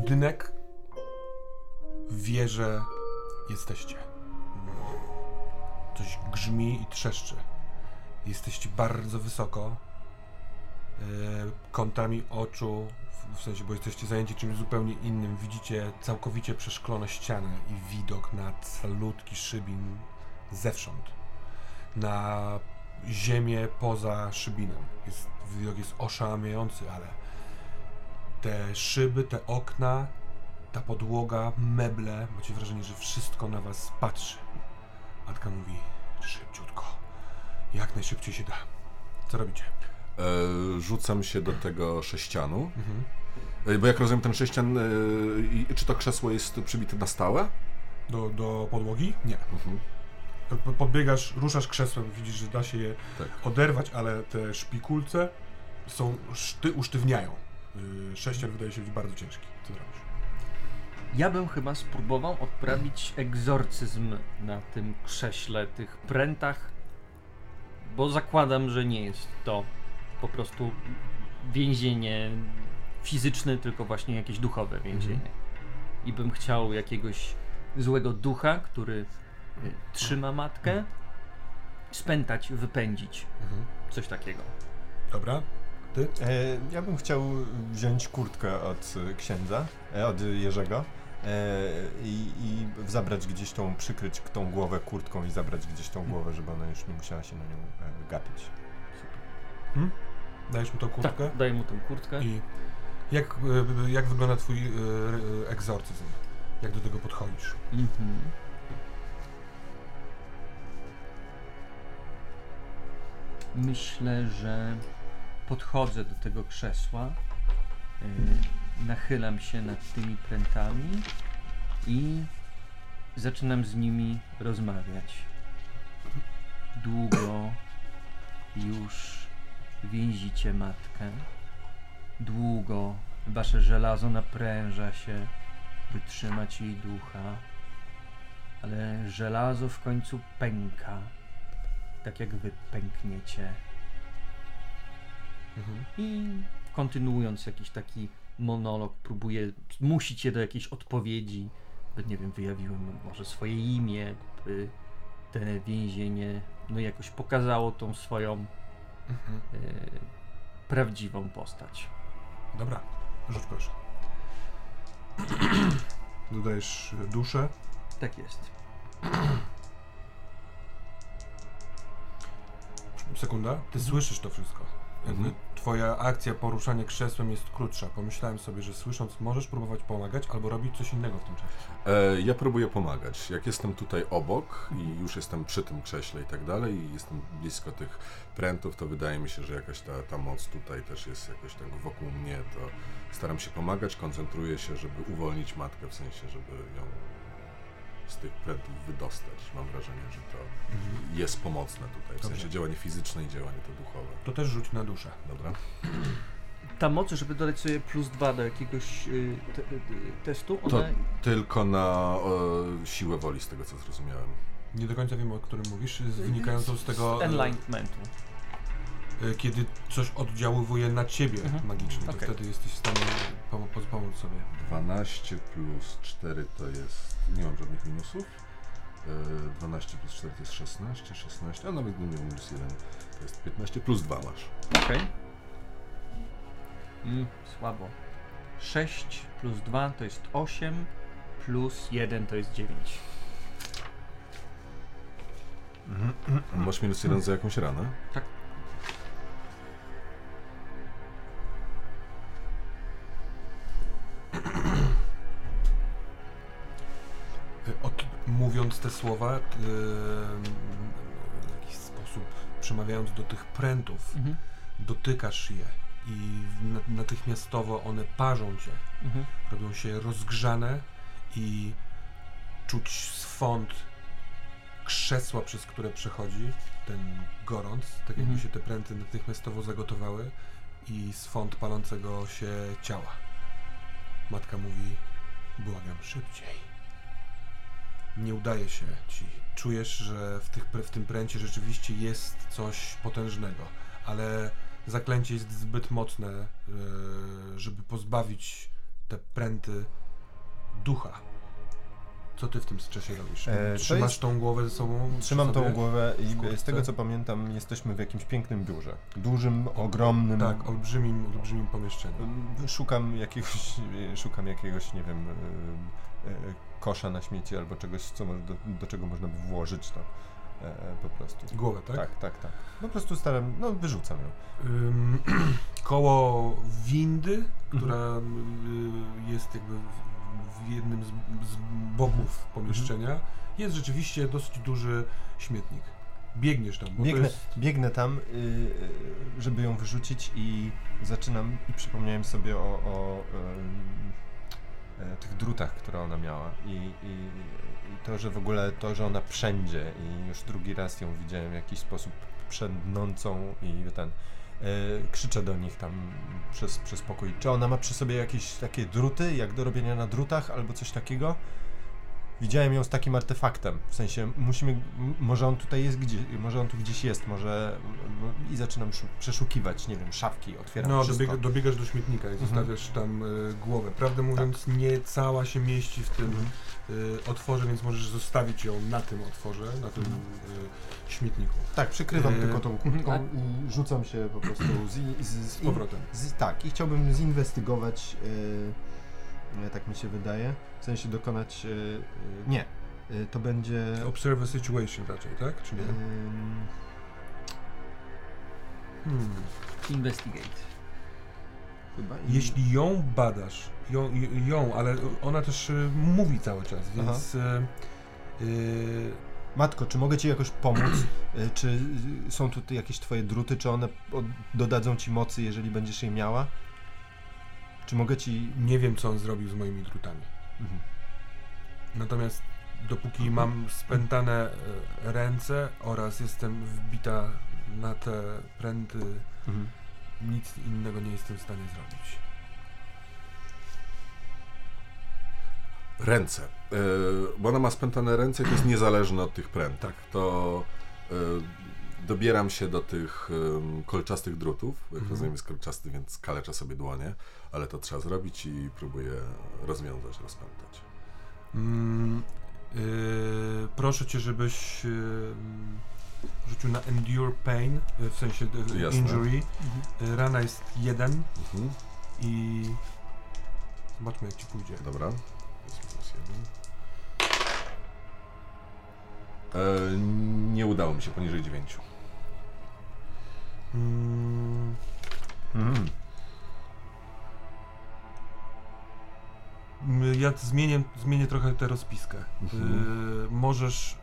budynek wie, że jesteście. Coś grzmi i trzeszczy. Jesteście bardzo wysoko. Kątami oczu, w sensie, bo jesteście zajęci czymś zupełnie innym. Widzicie całkowicie przeszklone ściany i widok na calutki szybin zewsząd. Na ziemię poza szybinem. Widok jest oszałamiający, ale te szyby, te okna, ta podłoga, meble, macie wrażenie, że wszystko na was patrzy. Matka mówi, szybciutko, jak najszybciej się da. Co robicie? Rzucam się do tego sześcianu, bo jak rozumiem ten sześcian, czy to krzesło jest przybite na stałe? Do podłogi? Nie. Podbiegasz, ruszasz krzesłem, widzisz, że da się je oderwać, ale te szpikulce usztywniają. Sześcian wydaje się być bardzo ciężki. Co zrobisz? Ja bym chyba spróbował odprawić egzorcyzm na tym krześle, tych prętach, bo zakładam, że nie jest to po prostu więzienie fizyczne, tylko właśnie jakieś duchowe więzienie. I bym chciał jakiegoś złego ducha, który trzyma matkę, spętać, wypędzić. Coś takiego. Dobra. Ty? Ja bym chciał wziąć kurtkę od księdza, od Jerzego i zabrać gdzieś przykryć tą głowę kurtką i zabrać gdzieś tą głowę, żeby ona już nie musiała się na nią gapić. Super. Dajesz mu tą kurtkę? Tak, daję mu tą kurtkę. I jak wygląda twój egzorcyzm? Jak do tego podchodzisz? Myślę, że podchodzę do tego krzesła, nachylam się nad tymi prętami i zaczynam z nimi rozmawiać. Długo już więzicie matkę. Długo wasze żelazo napręża się, by trzymać jej ducha. Ale żelazo w końcu pęka, tak jak wy pękniecie. I kontynuując jakiś taki monolog, próbuję zmusić je do jakiejś odpowiedzi. Nie wiem, wyjawiłem może swoje imię, by te więzienie jakoś pokazało tą swoją prawdziwą postać. Dobra, rzuć proszę. Dodajesz duszę. Tak jest. Sekunda, ty słyszysz to wszystko. Jakby twoja akcja poruszania krzesłem jest krótsza. Pomyślałem sobie, że słysząc możesz próbować pomagać albo robić coś innego w tym czasie. Ja próbuję pomagać. Jak jestem tutaj obok i już jestem przy tym krześle i tak dalej i jestem blisko tych prętów, to wydaje mi się, że jakaś ta moc tutaj też jest jakoś tak wokół mnie, to staram się pomagać, koncentruję się, żeby uwolnić matkę, w sensie, żeby ją z tych prętów wydostać. Mam wrażenie, że to jest pomocne tutaj, w sensie działanie fizyczne i działanie to duchowe. To też rzuć na duszę. Dobra. Ta moc, żeby dodać sobie +2 do jakiegoś testu, to tylko na siłę woli, z tego co zrozumiałem. Nie do końca wiem, o którym mówisz, wynikającą z tego... enlightenmentu. Kiedy coś oddziaływuje na ciebie magicznie, to wtedy jesteś w stanie pomóc sobie. 12 plus 4 to jest... nie mam żadnych minusów. 12 plus 4 to jest 16, 16, a nawet gdybym miał minus 1 to jest 15, plus 2 masz. Okej. Słabo. 6 plus 2 to jest 8, plus 1 to jest 9. Masz minus 1 za jakąś ranę? Tak. Mówiąc te słowa, w jakiś sposób przemawiając do tych prętów, dotykasz je i natychmiastowo one parzą cię, robią się rozgrzane i czuć swąd krzesła, przez które przechodzi ten gorąc, tak jakby się te pręty natychmiastowo zagotowały i swąd palącego się ciała. Matka mówi, błagam, szybciej. Nie udaje się ci. Czujesz, że w tym pręcie rzeczywiście jest coś potężnego, ale zaklęcie jest zbyt mocne, żeby pozbawić te pręty ducha. Co ty w tym czasie robisz? Trzymasz tą głowę ze sobą? Trzymam tą głowę i z tego co pamiętam jesteśmy w jakimś pięknym biurze. Dużym, ogromnym. Tak, olbrzymim pomieszczeniu. Szukam jakiegoś, nie wiem, kosza na śmieci albo czegoś, do czego można by włożyć to po prostu. Głowę, tak? Tak. Po prostu wyrzucam ją. Koło windy, która jest jakby w jednym z boków pomieszczenia, jest rzeczywiście dosyć duży śmietnik. Biegniesz tam, bo Biegnę tam, żeby ją wyrzucić i zaczynam i przypomniałem sobie o tych drutach, które ona miała i to, że w ogóle że ona wszędzie i już drugi raz ją widziałem w jakiś sposób przędnącą i krzyczę do nich tam przez pokój. Czy ona ma przy sobie jakieś takie druty, jak do robienia na drutach albo coś takiego? Widziałem ją z takim artefaktem, w sensie może on tutaj jest gdzieś, może on tu gdzieś jest, i zaczynam przeszukiwać, nie wiem, szafki, otwieram wszystko. Dobiegasz do śmietnika i zostawiasz tam głowę. Prawdę mówiąc, nie cała się mieści w tym otworze, więc możesz zostawić ją na tym otworze, na tym śmietniku. Tak, przykrywam tylko tą kurtką i rzucam się po prostu z powrotem. Tak, i chciałbym zinwestygować, tak mi się wydaje, w sensie dokonać, nie, to będzie... Observe a situation raczej, tak? Czy nie? Investigate. Chyba Jeśli ją badasz, ale ona też mówi cały czas, więc... Matko, czy mogę ci jakoś pomóc? Czy są tu jakieś twoje druty? Czy one dodadzą ci mocy, jeżeli będziesz je miała? Czy mogę ci... Nie wiem, co on zrobił z moimi drutami. Natomiast dopóki mam spętane ręce oraz jestem wbita na te pręty, nic innego nie jestem w stanie zrobić. Ręce. Bo ona ma spętane ręce i to jest niezależne od tych prętów. Tak. To dobieram się do tych kolczastych drutów. Jak rozumiem, jest kolczasty, więc kaleczę sobie dłonie, ale to trzeba zrobić i próbuję rozwiązać, rozpętać. Proszę cię, żebyś rzucił na Endure Pain, w sensie Injury. Rana jest 1 i zobaczmy, jak ci pójdzie. Dobra. Nie udało mi się, poniżej 9. Ja zmienię trochę tę rozpiskę. Możesz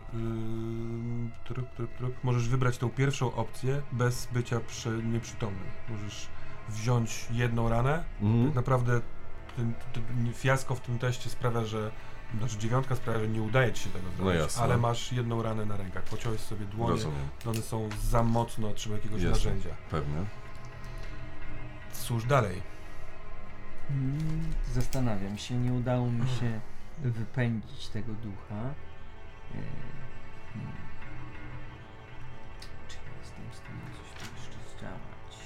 możesz wybrać tą pierwszą opcję bez bycia nieprzytomnym. Możesz wziąć jedną ranę. Tak naprawdę fiasko w tym teście sprawia, że 9 sprawia, że nie udaje ci się tego zrobić, ale masz jedną ranę na rękach. Pociąłeś sobie dłonie, rozumiem. One są za mocno, trzeba jakiegoś narzędzia. Pewnie. Cóż dalej? Zastanawiam się, nie udało mi się wypędzić tego ducha. Czy ja jestem w stanie coś tu jeszcze zdziałać?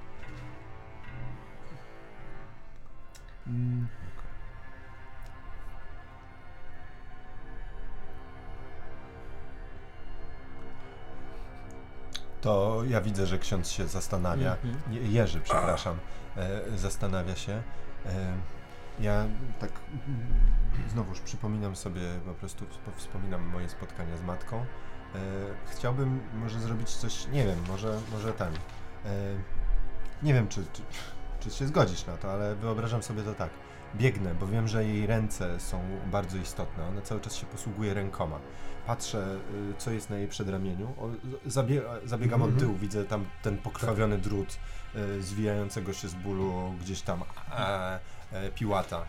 To ja widzę, że ksiądz się zastanawia, Jerzy, przepraszam, zastanawia się. Ja tak znowuż przypominam sobie, po prostu wspominam moje spotkania z matką. Chciałbym może zrobić coś, nie wiem, może ten. Nie wiem, czy się zgodzisz na to, ale wyobrażam sobie to tak. Biegnę, bo wiem, że jej ręce są bardzo istotne. Ona cały czas się posługuje rękoma. Patrzę, co jest na jej przedramieniu. Zabiegam od tyłu, widzę tam ten pokrwawiony drut zwijającego się z bólu gdzieś tam piłata.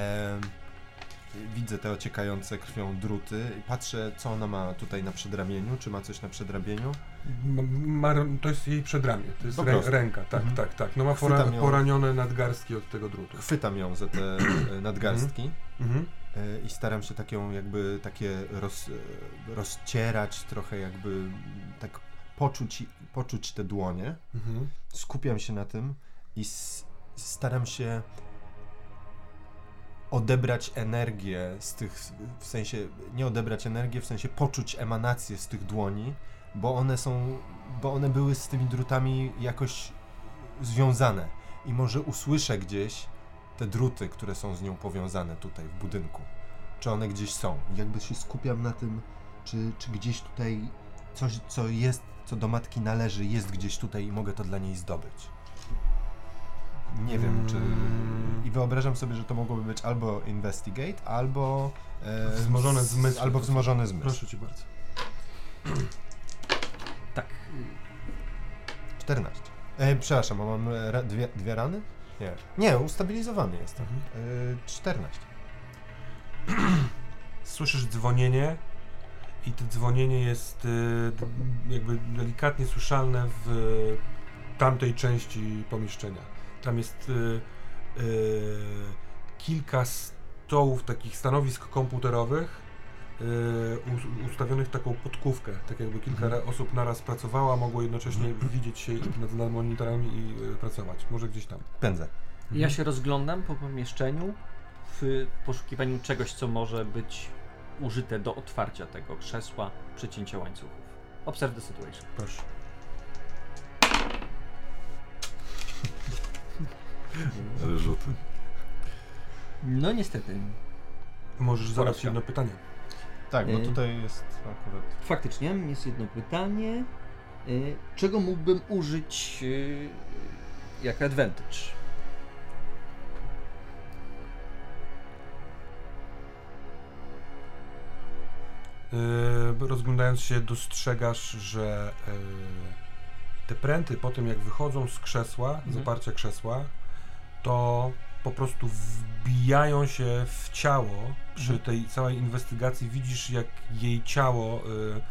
Widzę te ociekające krwią druty i patrzę, co ona ma tutaj na przedramieniu. Czy ma coś na przedramieniu? To jest jej przedramię, to jest ręka, tak. No ma poranione nadgarstki od tego drutu. Chwytam ją za te nadgarstki i staram się takie rozcierać, trochę jakby tak poczuć te dłonie. Skupiam się na tym i staram się odebrać energię z tych, w sensie, nie odebrać energię, w sensie poczuć emanację z tych dłoni, bo one były z tymi drutami jakoś związane i może usłyszę gdzieś te druty, które są z nią powiązane tutaj w budynku. Czy one gdzieś są? Jakby się skupiam na tym, czy gdzieś tutaj coś, co jest, co do matki należy, jest gdzieś tutaj i mogę to dla niej zdobyć. Nie wiem, czy... I wyobrażam sobie, że to mogłoby być albo investigate, albo... Wzmożone zmysły. Albo wzmożony zmysł. Proszę cię bardzo. Tak. 14. Przepraszam, bo mam dwie rany? Nie, ustabilizowany jestem. 14. Słyszysz dzwonienie i to dzwonienie jest jakby delikatnie słyszalne w tamtej części pomieszczenia. Tam jest kilka stołów, takich stanowisk komputerowych ustawionych taką podkówkę, tak jakby kilka osób naraz pracowała, mogło jednocześnie widzieć się nad monitorami i pracować. Może gdzieś tam. Pędzę. Ja się rozglądam po pomieszczeniu w poszukiwaniu czegoś, co może być użyte do otwarcia tego krzesła, przecięcia łańcuchów. Observe the situation. Proszę. Ale rzuty. No niestety. Możesz zadać Porażka. jedno pytanie. Tak, bo tutaj jest akurat... Faktycznie, jest jedno pytanie. Czego mógłbym użyć jako advantage? Rozglądając się, dostrzegasz, że te pręty po tym, jak wychodzą z krzesła, z oparcia krzesła, to po prostu wbijają się w ciało. Przy tej całej inwestygacji widzisz, jak jej ciało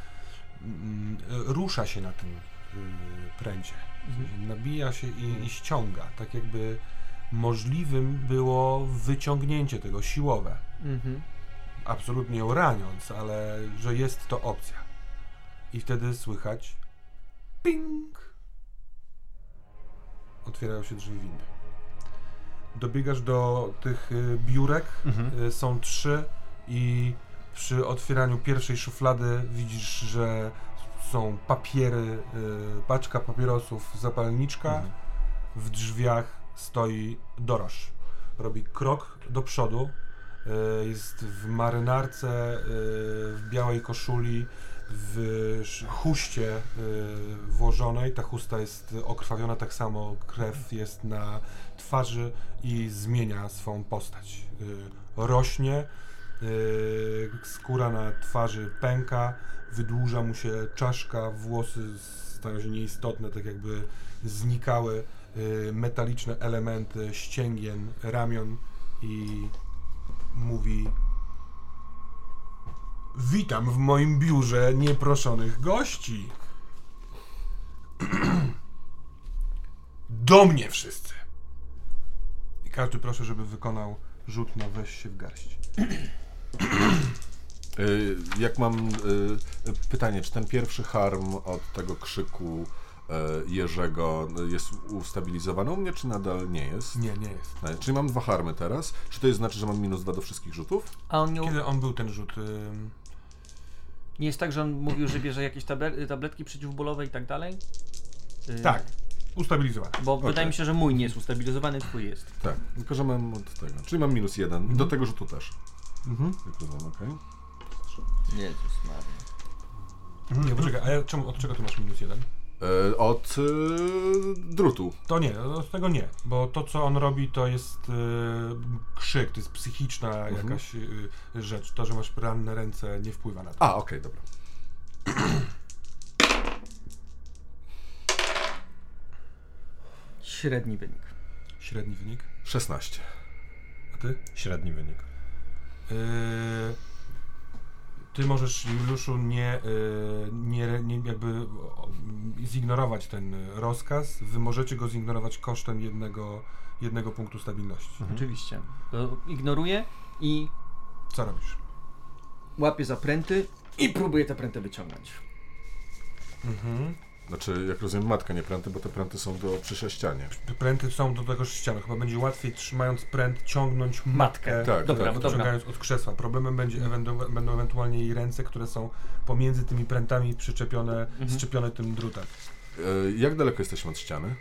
rusza się na tym pręcie. Nabija się i ściąga. Tak jakby możliwym było wyciągnięcie tego siłowe. Absolutnie ją raniąc, ale że jest to opcja. I wtedy słychać ping! Otwierają się drzwi windy. Dobiegasz do tych biurek, są 3 i przy otwieraniu pierwszej szuflady widzisz, że są papiery, paczka papierosów, zapalniczka. W drzwiach stoi Dorosz. Robi krok do przodu. Jest w marynarce, w białej koszuli, w chuście włożonej. Ta chusta jest okrwawiona, tak samo krew jest na twarzy i zmienia swą postać. Rośnie, skóra na twarzy pęka, wydłuża mu się czaszka, włosy stają się nieistotne, tak jakby znikały metaliczne elementy ścięgien, ramion i mówi: witam w moim biurze nieproszonych gości. Do mnie wszyscy. I każdy proszę, żeby wykonał rzut na weź się w garść. Jak mam pytanie, czy ten pierwszy harm od tego krzyku Jerzego jest ustabilizowany u mnie, czy nadal nie jest? Nie, nie jest. Czyli mam 2 harmy teraz. Czy to znaczy, że mam -2 do wszystkich rzutów? A on Kiedy on był ten rzut? nie jest tak, że on mówił, że bierze jakieś tabletki przeciwbólowe i tak dalej? Tak, ustabilizowany. Bo wydaje mi się, że mój nie jest ustabilizowany, twój jest. Tak, tylko że mam od tego. Czyli mam -1 i do tego rzutu też. Jak rozumiem, okej. Jezus Maria. Nie, poczekaj, a ja, od czego ty masz -1? Od drutu. To nie, od tego nie, bo to co on robi to jest krzyk, to jest psychiczna jakaś rzecz. To, że masz ranne ręce nie wpływa na to. A, okej, dobra. Średni wynik. Średni wynik. 16. A ty? Średni wynik. Ty możesz, Juliuszu, nie jakby zignorować ten rozkaz. Wy możecie go zignorować kosztem jednego punktu stabilności. Oczywiście. To ignoruję i Co robisz? łapię za pręty i próbuję te pręty wyciągnąć. Znaczy, jak rozumiem, matka, nie pręty, bo te pręty są przy sześcianie. Pręty są do tego sześcianu. Chyba będzie łatwiej, trzymając pręt, ciągnąć matkę, Tak, Dobra. ciągając od krzesła. Problemem będą ewentualnie jej ręce, które są pomiędzy tymi prętami zczepione tym drutem. Jak daleko jesteśmy od ściany?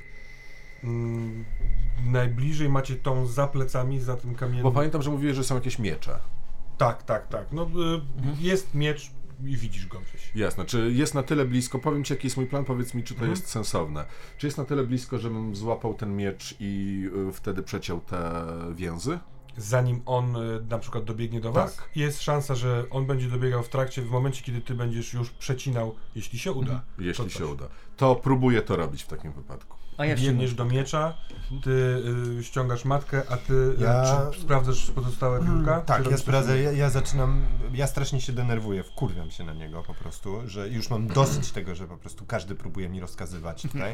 Najbliżej macie tą za plecami, za tym kamieniem. Bo pamiętam, że mówiłeś, że są jakieś miecze. Tak. No, jest miecz i widzisz go gdzieś. Jasne, czy jest na tyle blisko, powiem ci jaki jest mój plan, powiedz mi czy to jest sensowne. Czy jest na tyle blisko, żebym złapał ten miecz i wtedy przeciął te więzy? Zanim on na przykład dobiegnie do was, jest szansa, że on będzie dobiegał w trakcie, w momencie kiedy ty będziesz już przecinał, jeśli się uda. Jeśli się uda. To próbuję to robić w takim wypadku. A ja biegniesz do miecza, ty ściągasz matkę, a ty sprawdzasz pozostałe piórka? Tak, ja sprawdzę, ja zaczynam, ja strasznie się denerwuję, wkurwiam się na niego po prostu, że już mam dosyć tego, że po prostu każdy próbuje mi rozkazywać tutaj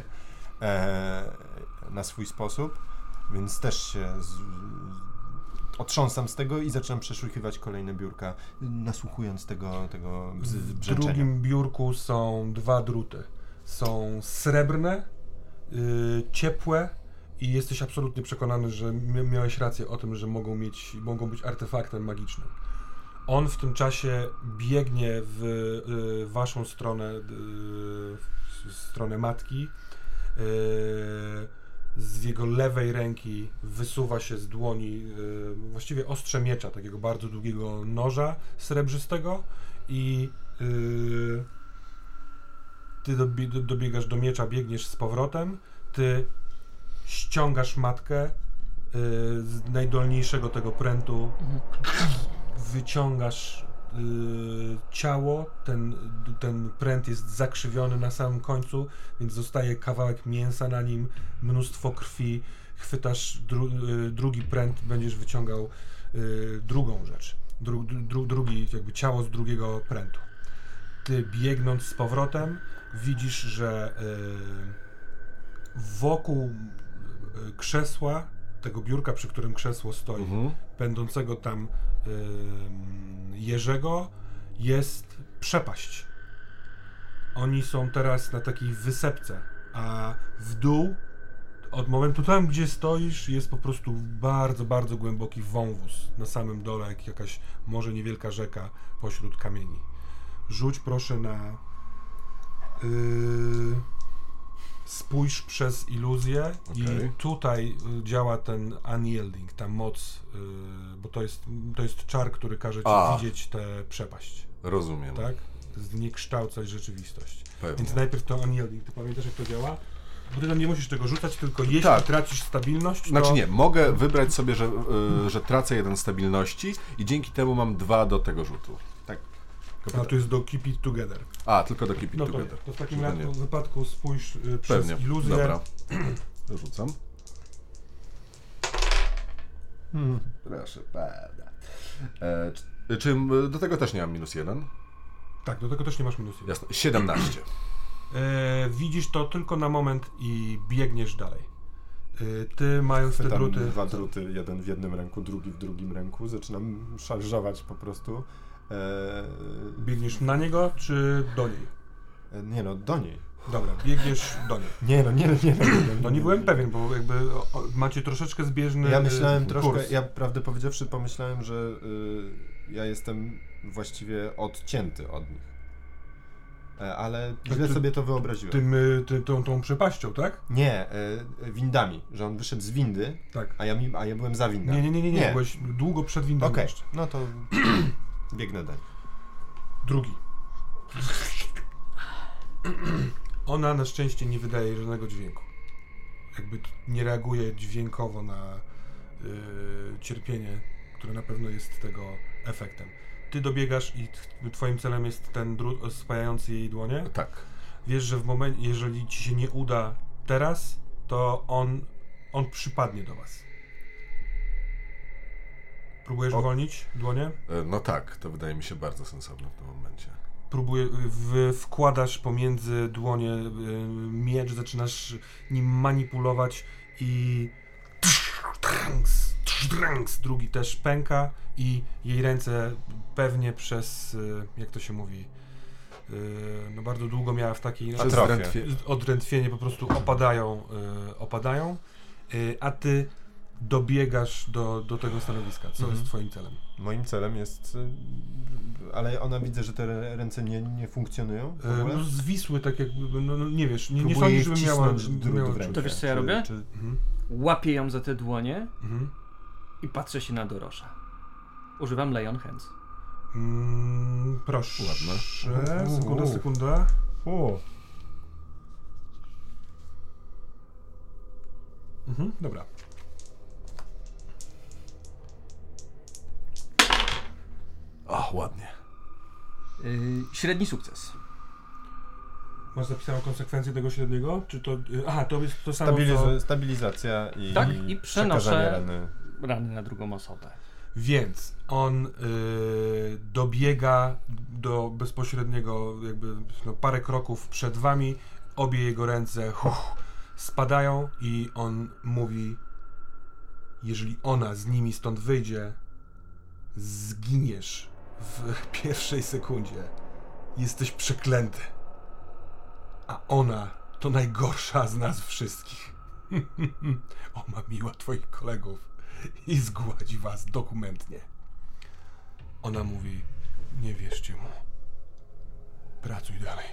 na swój sposób, więc też się otrząsam z tego i zaczynam przeszukiwać kolejne biurka, nasłuchując tego brzęczenia. W drugim biurku są 2 druty. Są srebrne, ciepłe i jesteś absolutnie przekonany, że miałeś rację o tym, że mogą być artefaktem magicznym. On w tym czasie biegnie w waszą stronę, w stronę matki. Z jego lewej ręki wysuwa się z dłoni właściwie ostrze miecza, takiego bardzo długiego noża srebrzystego i ty dobiegasz do miecza, biegniesz z powrotem, ty ściągasz matkę z najdolniejszego tego prętu, wyciągasz ciało, ten pręt jest zakrzywiony na samym końcu, więc zostaje kawałek mięsa na nim, mnóstwo krwi, chwytasz drugi pręt, będziesz wyciągał drugą rzecz, drugi jakby ciało z drugiego prętu. Ty biegnąc z powrotem widzisz, że wokół krzesła, tego biurka, przy którym krzesło stoi, będącego tam Jerzego, jest przepaść. Oni są teraz na takiej wysepce, a w dół, od momentu tam, gdzie stoisz, jest po prostu bardzo, bardzo głęboki wąwóz. Na samym dole jak jakaś może niewielka rzeka pośród kamieni. Rzuć proszę na spójrz przez iluzję i tutaj działa ten unyielding, ta moc, bo to jest czar, który każe ci widzieć tę przepaść. Rozumiem. Tak? Zniekształcać rzeczywistość. Pewnie. Więc najpierw to unyielding. Ty pamiętasz jak to działa? Bo ty tam nie musisz tego rzucać, tylko jeśli tracisz stabilność, Znaczy nie, mogę wybrać sobie, że tracę 1 stabilności i dzięki temu mam 2 do tego rzutu. Tak. A tu jest do keep it together. A, tylko do keep it together. To w takim wypadku spójrz przez iluzję. Dobra. Rzucam. Proszę pana. Czy do tego też nie mam -1? Tak, do tego też nie masz -1. Jasne. 17. Widzisz to tylko na moment i biegniesz dalej. Ty mając te druty... 2 druty, jeden w jednym ręku, drugi w drugim ręku, zaczynam szarżować po prostu. Biegniesz na niego, czy do niej? Nie no, do niej. Dobra, biegniesz do niej. Nie. No nie byłem pewien, bo jakby macie troszeczkę zbieżny Ja myślałem kurs. troszkę, ja prawdę powiedziawszy pomyślałem, że ja jestem właściwie odcięty od nich. Ale źle sobie to wyobraziłem. Tą przepaścią, tak? Nie, windami, że on wyszedł z windy, tak. a ja byłem za windą. Nie. Byłeś długo przed windą. Okej, no to biegnę dalej. Drugi. Ona na szczęście nie wydaje żadnego dźwięku. Jakby nie reaguje dźwiękowo na cierpienie, które na pewno jest tego efektem. Ty dobiegasz i twoim celem jest ten drut spajający jej dłonie? Tak. Wiesz, że w momencie, jeżeli ci się nie uda teraz, to on przypadnie do was. Próbujesz uwolnić dłonie? No tak, to wydaje mi się bardzo sensowne w tym momencie. Wkładasz pomiędzy dłonie miecz, zaczynasz nim manipulować i drugi też pęka i jej ręce pewnie przez, jak to się mówi, no bardzo długo miała w takiej odrętwienie, po prostu opadają, a ty dobiegasz do tego stanowiska. Co jest twoim celem? Moim celem jest, ale ona widzę, że te ręce nie funkcjonują w ogóle? No zwisły tak jakby, no nie wiesz, nie Próbuję sądzisz, żeby miała drut w rękę. To wiesz co ja robię? Mhm. Łapię ją za te dłonie Mhm. i patrzę się na Dorosza. Używam Lay on Hands. Proszę. Ładne. Sekunda. Dobra. O, ładnie. Średni sukces. Masz zapisaną konsekwencję tego średniego? Czy to... to jest to samo Stabilizacja i, tak, i przenoszę rany na drugą osobę. Więc on dobiega do bezpośredniego, jakby parę kroków przed wami, obie jego ręce spadają i on mówi: jeżeli ona z nimi stąd wyjdzie, zginiesz w pierwszej sekundzie. Jesteś przeklęty. A ona to najgorsza z nas wszystkich. Omamiła twoich kolegów i zgładzi was dokumentnie. Ona mówi: nie wierzcie mu. Pracuj dalej.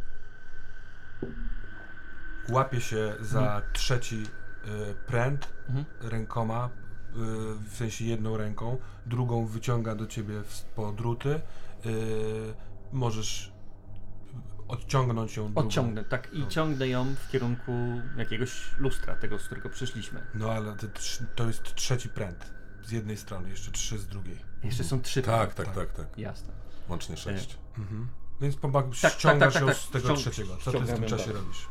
Łapie się za trzeci pręt rękoma, w sensie jedną ręką, drugą wyciąga do ciebie po druty. Możesz odciągnąć ją. Odciągnę, tak. I ciągnę ją w kierunku jakiegoś lustra, tego, z którego przyszliśmy. No ale to jest trzeci pręt. Z jednej strony, jeszcze 3 z drugiej. Jeszcze są 3 Tak. Jasne. Łącznie 6. Więc ściągasz ją z tego trzeciego. Co ty w tym czasie robisz?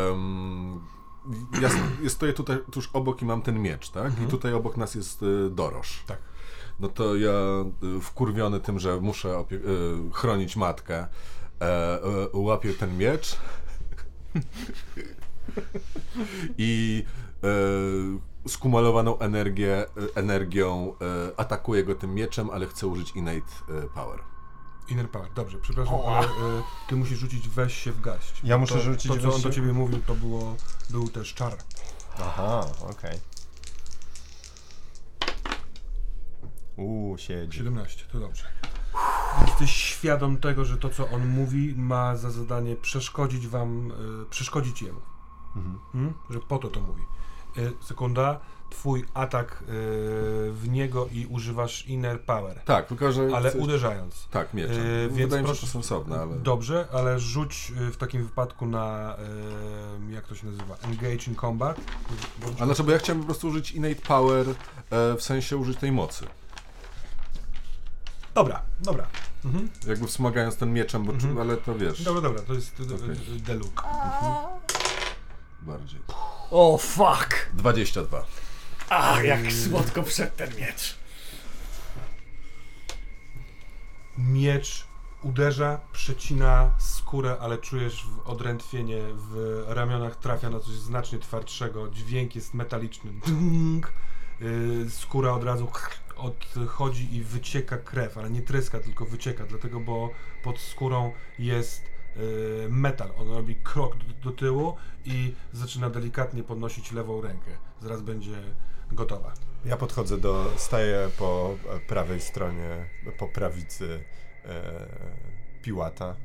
Ja stoję tutaj tuż obok i mam ten miecz, tak? I tutaj obok nas jest Dorosz. Tak. No to ja, wkurwiony tym, że muszę chronić matkę, łapię ten miecz i skumulowaną energią atakuję go tym mieczem, ale chcę użyć Innate Power. Inner Power, dobrze, przepraszam, ale ty musisz rzucić weź się w garść. Ja muszę rzucić to, co on do ciebie mówił, to był też czar. Aha, okej. Siedzi. 17, to dobrze. Jesteś świadom tego, że to, co on mówi, ma za zadanie przeszkodzić jemu. Że po to mówi. Sekunda, twój atak w niego i używasz Inner Power. Tak, tylko że... Ale uderzając. Tak, mieczem. Więc wydaje mi się, że to sensowne, ale... Dobrze, ale rzuć w takim wypadku na... jak to się nazywa? Engage in Combat. A znaczy, bo ja chciałem po prostu użyć Innate Power, w sensie użyć tej mocy. Dobra. Jakby wspomagając ten mieczem, bo ale to wiesz... Dobra, to jest Deluk. Bardziej. O, fuck! 22. Ach, jak słodko wszedł ten miecz. Miecz uderza, przecina skórę, ale czujesz odrętwienie w ramionach, trafia na coś znacznie twardszego, dźwięk jest metaliczny. Skóra od razu odchodzi i wycieka krew, ale nie tryska, tylko wycieka, dlatego, bo pod skórą jest metal. On robi krok do tyłu i zaczyna delikatnie podnosić lewą rękę. Zaraz będzie gotowa. Ja staję po prawej stronie, po prawicy Piłata.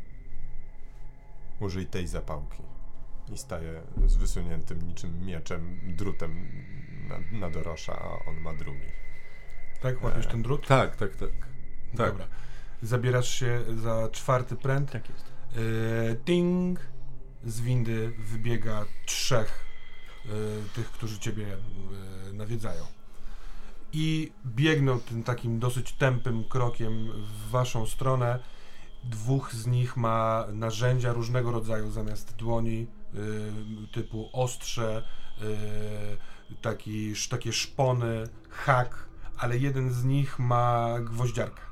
Użyj tej zapałki. I staję z wysuniętym niczym mieczem, drutem na Dorosza, a on ma drugi. Tak? Łapiesz ten drut? Tak. Dobra. Zabierasz się za czwarty pręt. Tak jest. Ting! Z windy wybiega 3 tych, którzy ciebie nawiedzają. I biegną tym takim dosyć tępym krokiem w waszą stronę. 2 z nich ma narzędzia różnego rodzaju zamiast dłoni, typu ostrze, takie szpony, hak, ale jeden z nich ma gwoździarkę.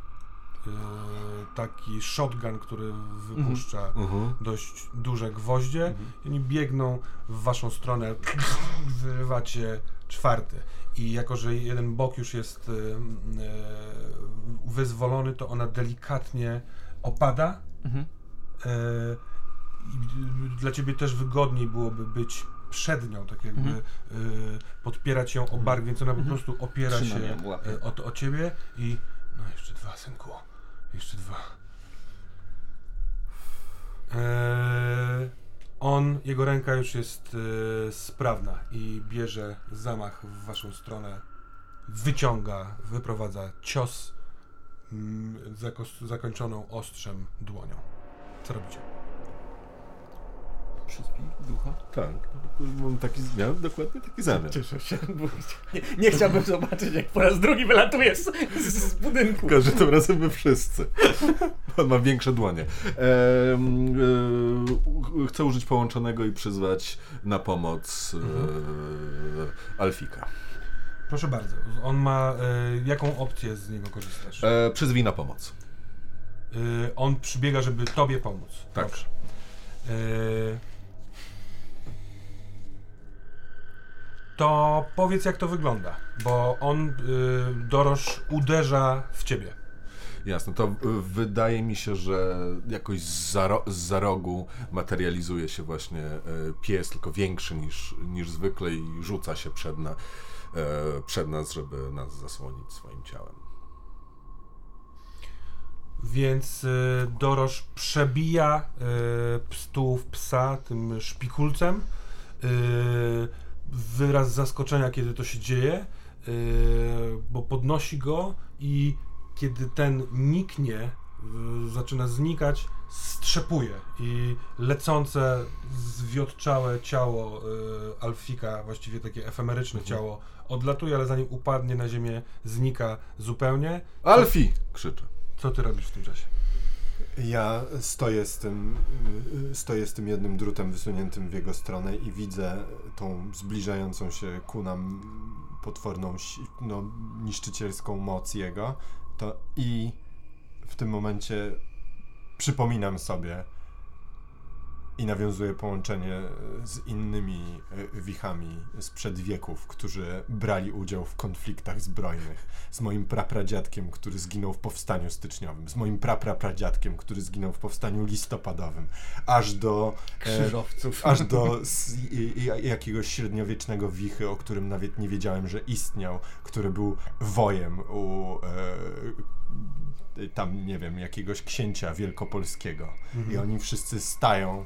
Taki shotgun, który wypuszcza dość duże gwoździe. I oni biegną w waszą stronę, wyrywacie 4. I jako, że jeden bok już jest wyzwolony, to ona delikatnie opada i dla ciebie też wygodniej byłoby być przed nią, tak jakby podpierać ją o bark, więc ona po prostu opiera się o ciebie i no jeszcze 2, synku, jeszcze 2. Jego ręka już jest sprawna i bierze zamach w waszą stronę, wyprowadza cios zakończoną ostrzem dłonią. Co robicie? Przyspij ducha? Tak, miałem dokładnie taki zamiar. Cieszę się, bo nie chciałbym zobaczyć, jak po raz drugi wylatujesz z budynku. Tylko, że tym razem my wszyscy. On ma większe dłonie. Chcę użyć połączonego i przyzwać na pomoc Alfika. Proszę bardzo. On ma... jaką opcję z niego korzystasz? Przyzwij na pomoc. On przybiega, żeby tobie pomóc. Tak. Dobrze. To powiedz, jak to wygląda, bo on, Dorosz, uderza w ciebie. Jasne, to wydaje mi się, że jakoś za rogu materializuje się właśnie pies, tylko większy niż zwykle i rzuca się przed nas, żeby nas zasłonić swoim ciałem. Więc Dorosz przebija tułów psa tym szpikulcem. Wyraz zaskoczenia, kiedy to się dzieje, bo podnosi go i kiedy ten niknie, zaczyna znikać, strzepuje i lecące, zwiotczałe ciało Alfika, właściwie takie efemeryczne ciało, odlatuje, ale zanim upadnie na ziemię, znika zupełnie. Alfie! Krzyczę. Co ty robisz w tym czasie? Ja stoję z tym jednym drutem wysuniętym w jego stronę i widzę tą zbliżającą się ku nam potworną, niszczycielską moc jego. I w tym momencie przypominam sobie i nawiązuję połączenie z innymi wichami sprzed wieków, którzy brali udział w konfliktach zbrojnych. Z moim prapradziadkiem, który zginął w powstaniu styczniowym. Z moim prapradziadkiem, który zginął w powstaniu listopadowym. Aż do krzyżowców. Aż do jakiegoś średniowiecznego wichy, o którym nawet nie wiedziałem, że istniał, który był wojem u tam, nie wiem, jakiegoś księcia wielkopolskiego. I oni wszyscy stają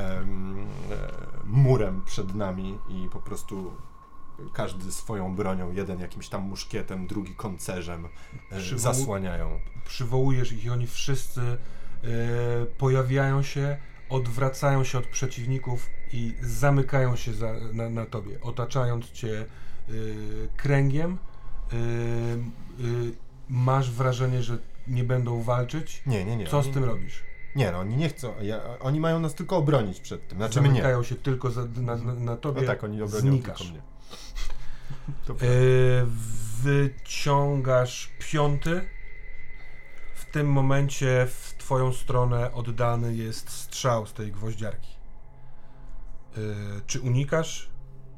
murem przed nami i po prostu każdy swoją bronią, jeden jakimś tam muszkietem, drugi koncerzem zasłaniają. Przywołujesz ich i oni wszyscy pojawiają się, odwracają się od przeciwników i zamykają się na tobie, otaczając cię kręgiem. Masz wrażenie, że nie będą walczyć? Nie. Co z tym robisz? Nie, no oni nie chcą. Oni mają nas tylko obronić przed tym. Znaczy zamykają się tylko na tobie. No tak, oni obronią znikasz. tylko mnie. Wyciągasz 5. W tym momencie w twoją stronę oddany jest strzał z tej gwoździarki. Czy unikasz?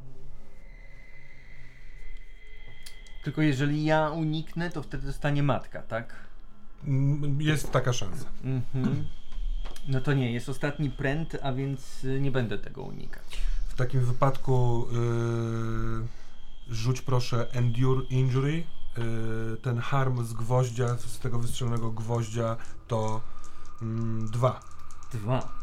Tylko jeżeli ja uniknę, to wtedy dostanie matka, tak? Jest taka szansa. No to nie, jest ostatni pręt, a więc nie będę tego unikać. W takim wypadku rzuć proszę Endure Injury. Ten harm z gwoździa, z tego wystrzelonego gwoździa to 2. 2.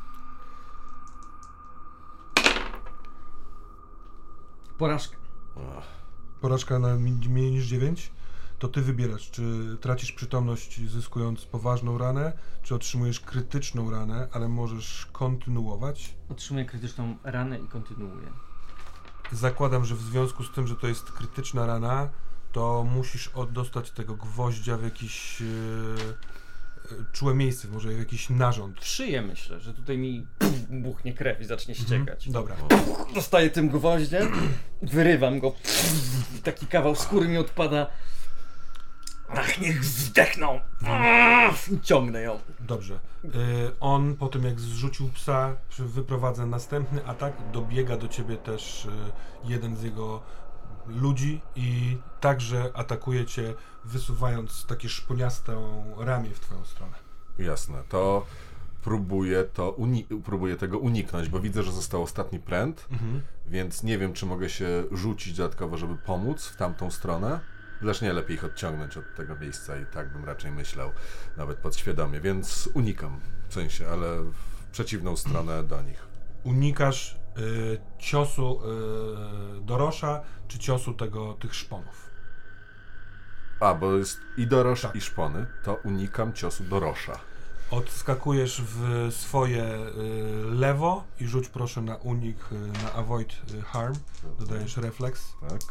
Porażka. Porażka na mniej niż 9? To ty wybierasz, czy tracisz przytomność zyskując poważną ranę, czy otrzymujesz krytyczną ranę, ale możesz kontynuować. Otrzymuję krytyczną ranę i kontynuuję. Zakładam, że w związku z tym, że to jest krytyczna rana, to musisz dostać tego gwoździa w jakieś czułe miejsce, może w jakiś narząd. W szyję myślę, że tutaj mi buchnie krew i zacznie ściekać. Dobra. Dostaję tym gwoździem, wyrywam go, taki kawał skóry mi odpada. Ach, niech zdechną! Ciągnę ją. Dobrze. On po tym jak zrzucił psa, wyprowadza następny atak, dobiega do ciebie też jeden z jego ludzi i także atakuje cię, wysuwając takie szponiastą ramię w twoją stronę. Jasne, to próbuję tego uniknąć, bo widzę, że został ostatni pręt, więc nie wiem, czy mogę się rzucić dodatkowo, żeby pomóc w tamtą stronę. Zresztą nie, lepiej ich odciągnąć od tego miejsca i tak bym raczej myślał, nawet podświadomie, więc unikam w sensie, ale w przeciwną stronę do nich. Unikasz ciosu Dorosza, czy ciosu tych szponów? Bo jest i Dorosz, i szpony, to unikam ciosu Dorosza. Odskakujesz w swoje lewo i rzuć proszę na unik, na avoid harm. Dodajesz refleks. Tak.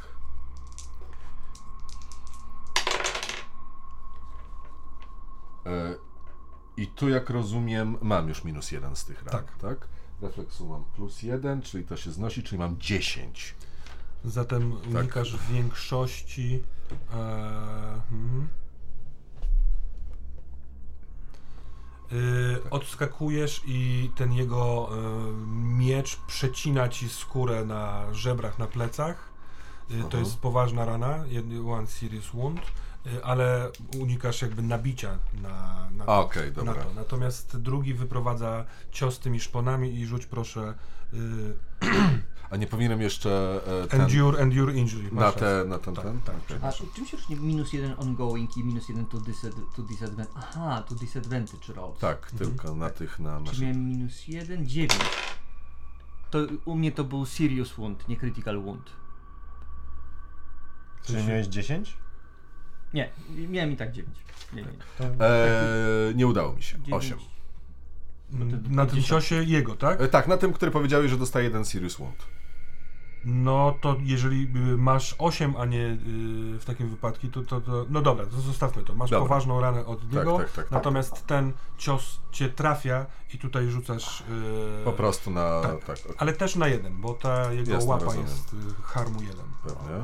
I tu, jak rozumiem, mam już -1 z tych ran, tak? Refleksu mam +1, czyli to się znosi, czyli mam 10. Zatem unikasz w większości... odskakujesz i ten jego miecz przecina ci skórę na żebrach, na plecach. To jest poważna rana, one serious wound, ale unikasz jakby nabicia na to. Natomiast drugi wyprowadza cios tymi szponami i rzuć proszę... A nie powinienem jeszcze endure injury. Na ten. A czym się różni -1 ongoing i -1 to disadvantage? Aha, to disadvantage rolls. Tak, tylko na tych na Czyli miałem -1, 9. To u mnie to był serious wound, nie critical wound. Czyli miałeś 10? Nie, miałem i tak 9. Nie udało mi się. 9. 8. Na tym ciosie jego, tak? Tak, na tym, który powiedziałeś, że dostaje 1 serious wound. No to jeżeli masz 8, a nie w takim wypadku, to no dobra, to zostawmy to. Masz poważną ranę od niego, natomiast ten cios cię trafia i tutaj rzucasz... po prostu na... Ale też na 1, bo ta jego łapa rozumiem. Jest harmu 1. Pewnie.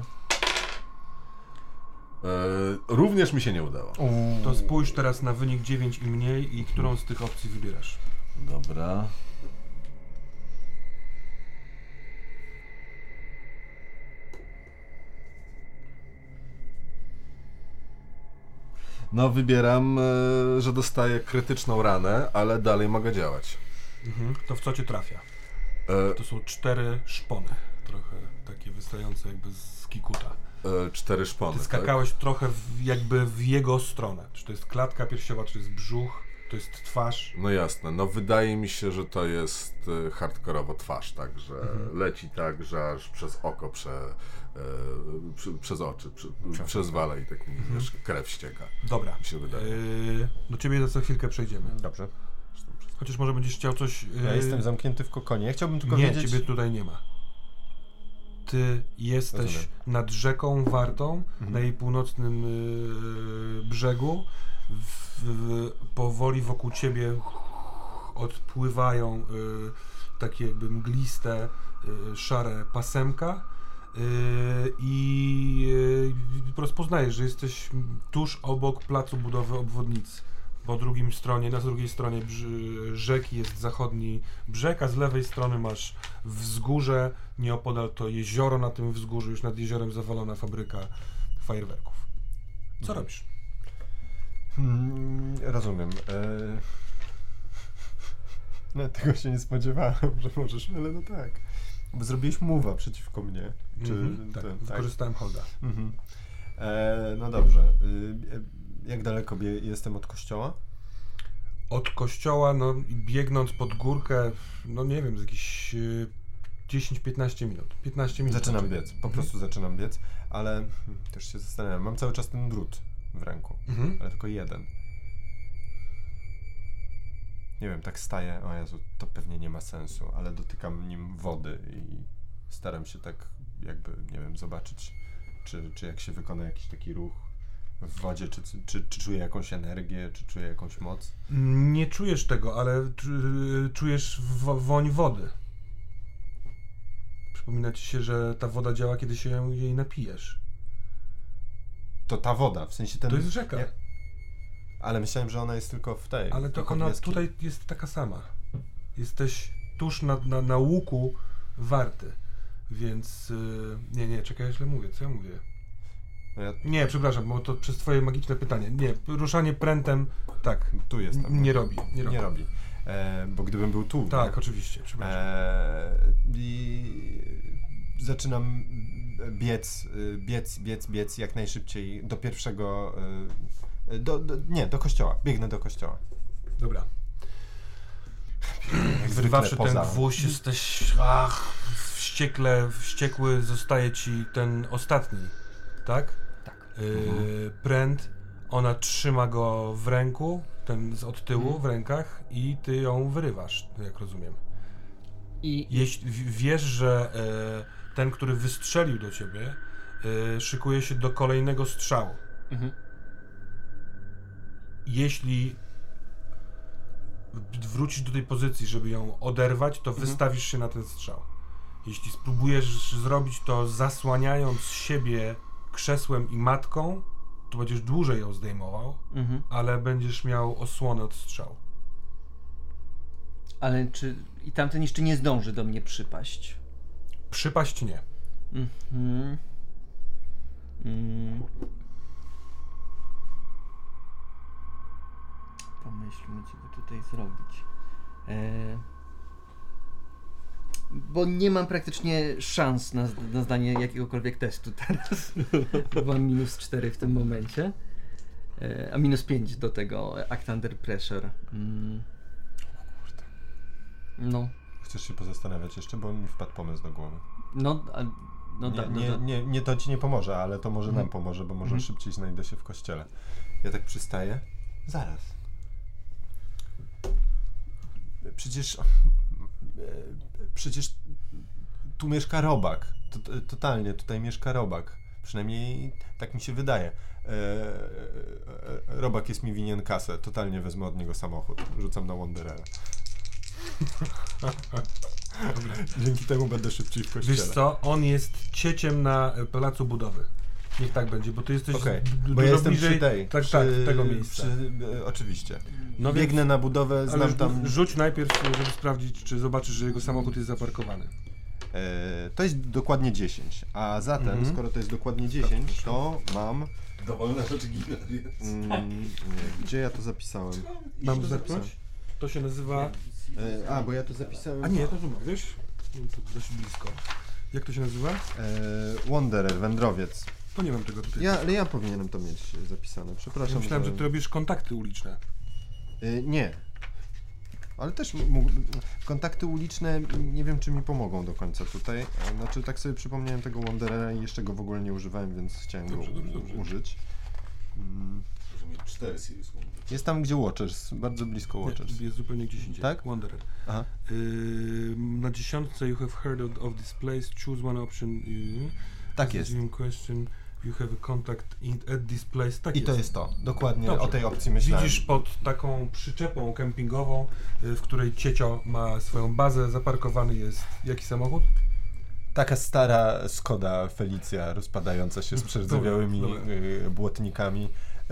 Również mi się nie udało. To spójrz teraz na wynik 9 i mniej i którą z tych opcji wybierasz. Dobra. No wybieram, że dostaję krytyczną ranę, ale dalej mogę działać. To w co cię trafia? To są 4 szpony, trochę takie wystające jakby z kikuta. 4 szpony, Ty skakałeś trochę jakby w jego stronę. Czy to jest klatka piersiowa, czy to jest brzuch, to jest twarz? No jasne, no wydaje mi się, że to jest hardkorowo twarz, tak, że leci tak, że aż przez oko, przez oczy, przez wale i tak mi krew ścieka. Dobra, mi się wydaje. Do ciebie za chwilę przejdziemy. Dobrze. Chociaż może będziesz chciał coś... Ja jestem zamknięty w kokonie, ja chciałbym tylko nie, wiedzieć... Nie, ciebie tutaj nie ma. Ty jesteś nad rzeką Wartą, na jej północnym brzegu. Powoli wokół ciebie odpływają takie jakby mgliste, szare pasemka i rozpoznajesz, że jesteś tuż obok placu budowy obwodnicy. Po na drugiej stronie rzeki jest zachodni brzeg, a z lewej strony masz wzgórze, nieopodal to jezioro, na tym wzgórzu już nad jeziorem zawalona fabryka fajerwerków. Co robisz? Rozumiem. No, tego się nie spodziewałem, że możesz, ale no tak. Bo zrobiłeś move'a przeciwko mnie. Tak, wykorzystałem holda. No dobrze. Jak daleko jestem od kościoła? Od kościoła, no biegnąc pod górkę, no nie wiem, z jakieś 10-15 minut. 15 minut. Zaczynam biec, po prostu zaczynam biec, ale też się zastanawiam, mam cały czas ten drut w ręku, ale tylko jeden. Nie wiem, tak staję, o Jezu, to pewnie nie ma sensu, ale dotykam nim wody i staram się tak jakby, nie wiem, zobaczyć, czy jak się wykona jakiś taki ruch w wodzie, czy czuję jakąś energię, czy czuję jakąś moc? Nie czujesz tego, ale czujesz woń wody. Przypomina ci się, że ta woda działa, kiedy się jej napijesz. To ta woda, w sensie ten... To jest rzeka. Ale myślałem, że ona jest tylko w tej... Ale to ona tutaj jest taka sama. Jesteś tuż na łuku Warty, więc... Nie, czekaj, źle mówię, co ja mówię? Nie, przepraszam, bo to przez twoje magiczne pytanie. Nie, ruszanie prętem, tak, tu jestem. Nie robi. Nie robi. bo gdybym był tu... Tak, oczywiście, przepraszam. I zaczynam biec jak najszybciej do pierwszego... do kościoła. Biegnę do kościoła. Dobra. Jak wyrywawszy ten gwóźdź, jesteś wściekły zostaje ci ten ostatni, tak? Tak. Pręt, ona trzyma go w ręku, ten od tyłu w rękach i ty ją wyrywasz, jak rozumiem. Wiesz, że ten, który wystrzelił do ciebie, szykuje się do kolejnego strzału. Jeśli wrócisz do tej pozycji, żeby ją oderwać, to wystawisz się na ten strzał. Jeśli spróbujesz zrobić to zasłaniając siebie krzesłem i matką, to będziesz dłużej ją zdejmował, ale będziesz miał osłonę od strzału. Ale czy i tamten jeszcze nie zdąży do mnie przypaść? Przypaść nie. Pomyślmy, co by tutaj zrobić. Bo nie mam praktycznie szans na zdanie jakiegokolwiek testu teraz. Mam -4 w tym momencie. A -5 do tego Act Under Pressure. No. Chcesz się pozastanawiać jeszcze, bo mi wpadł pomysł do głowy. Nie, to ci nie pomoże, ale to może nam pomoże, bo może szybciej znajdę się w kościele. Ja tak przystaję. Zaraz. Przecież tu mieszka robak. Totalnie, tutaj mieszka robak. Przynajmniej tak mi się wydaje. Robak jest mi winien kasę. Totalnie wezmę od niego samochód. Rzucam na Wanderera. Dzięki temu będę szybciej w kościele. Wiesz co, on jest cieciem na placu budowy. Niech tak będzie, bo ty jesteś bo ja jestem bliżej tego miejsca. Oczywiście. No biegnę na budowę, znam tam... Rzuć najpierw, żeby sprawdzić, czy zobaczysz, że jego samochód jest zaparkowany. To jest dokładnie 10, a zatem, skoro to jest dokładnie 10, to mam... Dowolna rzecz ginie. Gdzie ja to zapisałem? Mam zepchnąć? To się nazywa... bo ja to zapisałem... A nie, to tu wiesz? To dość blisko. Jak to się nazywa? Wanderer, wędrowiec. To nie mam tego tutaj. Ale ja powinienem to mieć zapisane, przepraszam. Ja myślałem, że ty robisz kontakty uliczne. Nie. Ale też kontakty uliczne nie wiem, czy mi pomogą do końca tutaj. Znaczy tak sobie przypomniałem tego Wanderera i jeszcze go w ogóle nie używałem, więc chciałem go użyć. Muszę mieć 4 Serious Wanderers. Jest tam, gdzie Watchers, bardzo blisko Watchers. Jest zupełnie gdzieś indziej. Tak? Wanderer. Aha. Na 10 you have heard of this place, choose one option. Tak jest. Question, you have a contact at this place. Tak I jest. To jest to. Dokładnie. Dobrze. O tej opcji myślałem. Widzisz pod taką przyczepą kempingową, w której Ciecio ma swoją bazę, zaparkowany jest jaki samochód? Taka stara Skoda Felicia rozpadająca się z przerdzewiałymi błotnikami.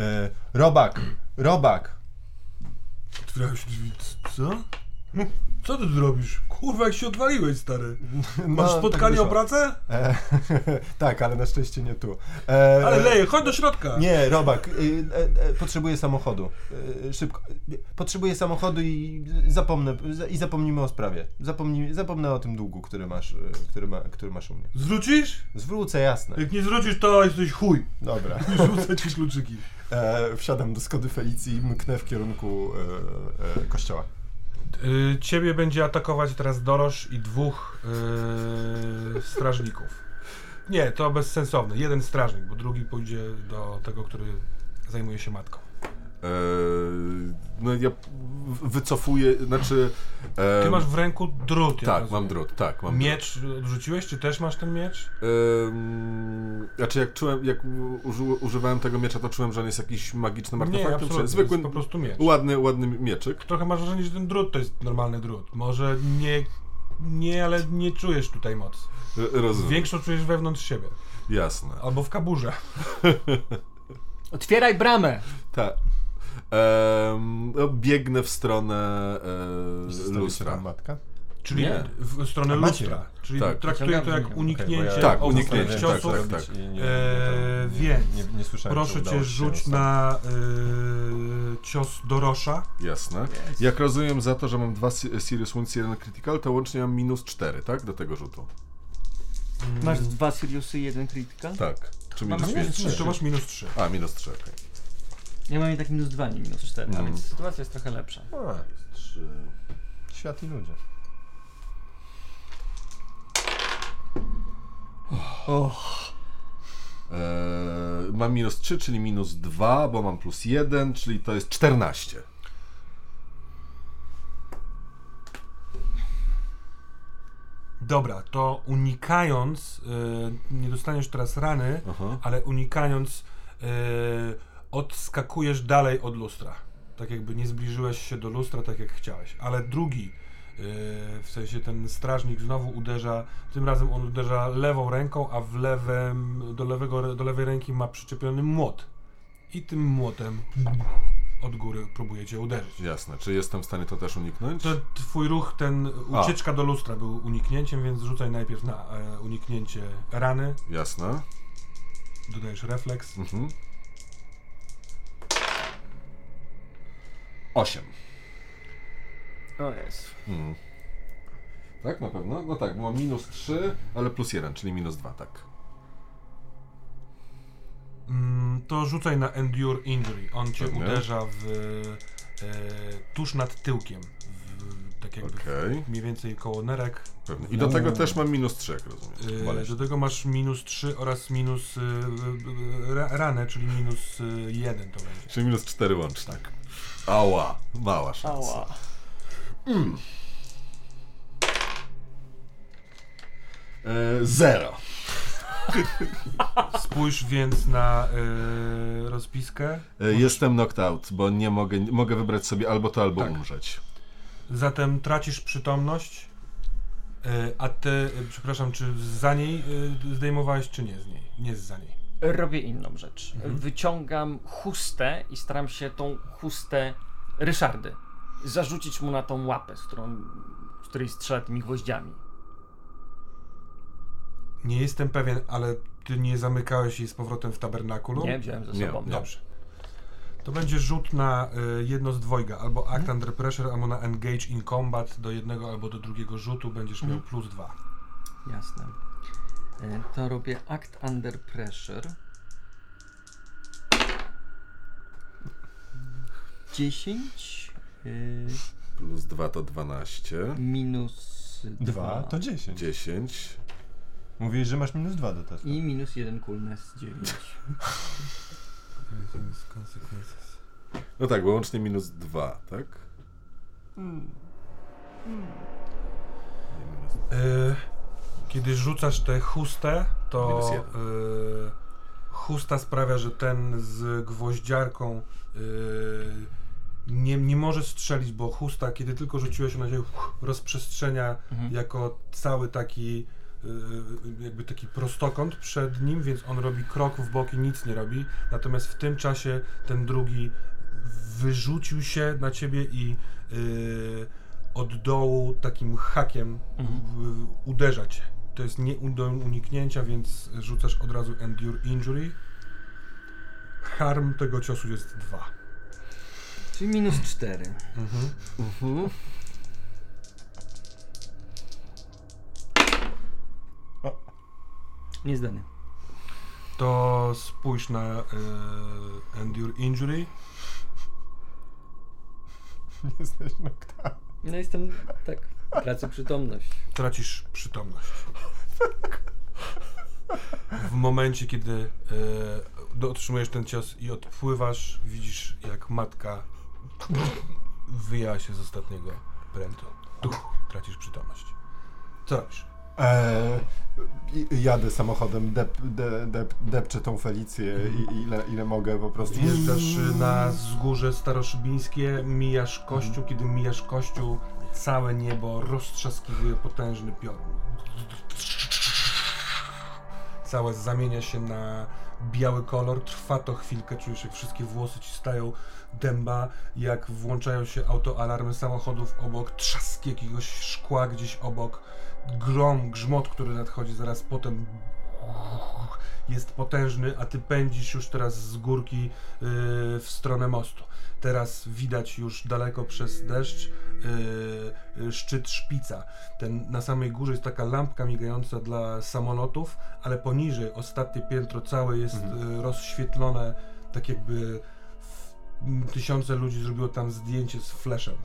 Robak! Otwierałeś drzwi. Co? Co ty tu robisz? Kurwa, jak się odwaliłeś, stary. Masz spotkanie o pracę? Tak, ale na szczęście nie tu. Ale leje, chodź do środka. Nie, Robak, potrzebuję samochodu. Szybko. Potrzebuję samochodu i zapomnimy o sprawie. Zapomnę o tym długu, który masz u mnie. Zwrócisz? Zwrócę, jasne. Jak nie zwrócisz, to jesteś chuj. Dobra. Rzucę ci kluczyki. Wsiadam do Skody Felicji i mknę w kierunku kościoła. Ciebie będzie atakować teraz Dorosz i 2 strażników. Nie, to bezsensowne. 1 strażnik, bo drugi pójdzie do tego, który zajmuje się matką. No ja wycofuję, znaczy... Ty masz w ręku drut. Tak, mam drut, tak. Mam miecz odrzuciłeś, czy też masz ten miecz? Znaczy jak używałem tego miecza, to czułem, że on jest jakiś magicznym artefaktem. Nie, zwykły, po prostu miecz. Ładny mieczyk. Trochę masz wrażenie, że ten drut to jest normalny drut. Może nie, ale nie czujesz tutaj mocy. Rozumiem. Większą czujesz wewnątrz siebie. Jasne. Albo w kaburze. Otwieraj bramę! Tak. Biegnę w stronę lustra. Tam matka? Czyli Nie. w stronę Macie. lustra. Czyli Tak. traktuję to jak uniknięcie Tak, obu uniknięcie, ciosów. tak. Więc nie słyszałem, proszę czy udało cię się rzuć ostatnio. na cios Dorosza. Jasne. Jak rozumiem za to, że mam 2 Serious Wounds i 1 Critical, to łącznie mam -4, tak? Do tego rzutu. Masz 2 Siriusy i 1 Critical? Tak. Czy Masz -5? -3. To masz -3. A, -3, okej. Ja mam jednak -2, nie -4, a więc sytuacja jest trochę lepsza. A, 3. świat i ludzie. Mam -3, czyli -2, bo mam +1, czyli to jest 14. Dobra, to unikając, nie dostaniesz teraz rany, Aha. ale unikając, odskakujesz dalej od lustra. Tak jakby nie zbliżyłeś się do lustra tak jak chciałeś. Ale drugi, w sensie ten strażnik znowu uderza, tym razem on uderza lewą ręką, a do lewej ręki ma przyczepiony młot. I tym młotem od góry próbuje cię uderzyć. Jasne. Czy jestem w stanie to też uniknąć? To twój ruch, ten ucieczka do lustra był uniknięciem, więc rzucaj najpierw na uniknięcie rany. Jasne. Dodajesz refleks. 8. O jest. Tak, na pewno? No tak, bo mam -3, ale +1, czyli -2, tak. To rzucaj na Endure Injury. On cię Pewnie. uderza tuż nad tyłkiem. Tak jakby mniej więcej koło nerek. Pewnie. I do tego też mam -3, jak rozumiem. Do tego masz -3 oraz ranę, czyli -1 to będzie. Czyli -4 łącznie. Tak. Ała, mała szansa. Ała. 0. Spójrz więc na rozpiskę. Jestem knocked out, bo nie mogę wybrać sobie albo to, albo Tak. umrzeć. Zatem tracisz przytomność, a ty, przepraszam, czy za niej zdejmowałeś, czy nie z niej? Nie za niej. Robię inną rzecz. Wyciągam chustę i staram się tą chustę Ryszardy zarzucić mu na tą łapę, z której strzela tymi gwoździami. Nie jestem pewien, ale ty nie zamykałeś jej z powrotem w tabernakulum? Nie, wziąłem ze Nie, sobą. nie. Dobrze. To będzie rzut na jedno z dwojga, albo Act Under Pressure, albo na Engage in Combat do jednego albo do drugiego rzutu będziesz miał +2. Jasne. To robię Act Under Pressure. 10 +2 to 12. -2 to 10. 10. Mówiłeś, że masz -2 do testu. i -1 coolness 9. No tak, bo łącznie -2, tak? Kiedy rzucasz tę chustę, to -1. chusta sprawia, że ten z gwoździarką nie może strzelić, bo chusta, kiedy tylko rzuciłeś, ona się rozprzestrzenia jako cały taki jakby taki prostokąt przed nim, więc on robi krok w bok i nic nie robi. Natomiast w tym czasie ten drugi wyrzucił się na ciebie i od dołu takim hakiem uderza cię. To jest nie do uniknięcia, więc rzucasz od razu Endure Injury. Harm tego ciosu jest 2. Czyli -4. Niezdany. To spójrz na Endure Injury. Nie jesteś knocked out. No jestem, tak, tracę przytomność. Tracisz przytomność. W momencie, kiedy otrzymujesz ten cios i odpływasz, widzisz, jak matka wyjęła się z ostatniego prętu. Tracisz przytomność. Co robisz? Jadę samochodem, depczę tą Felicję i ile mogę po prostu. Wjeżdżasz na wzgórze staroszybińskie, mijasz kościół. Kiedy mijasz kościół, całe niebo roztrzaskiwuje potężny piorun. całe zamienia się na biały kolor, trwa to chwilkę, czujesz jak wszystkie włosy ci stają dęba, jak włączają się autoalarmy samochodów obok, trzask jakiegoś szkła gdzieś obok, grom, grzmot, który nadchodzi zaraz potem jest potężny, a ty pędzisz już teraz z górki w stronę mostu. Teraz widać już daleko przez deszcz szczyt szpica. Na samej górze jest taka lampka migająca dla samolotów, ale poniżej ostatnie piętro całe jest rozświetlone, tak jakby tysiące ludzi zrobiło tam zdjęcie z fleszem.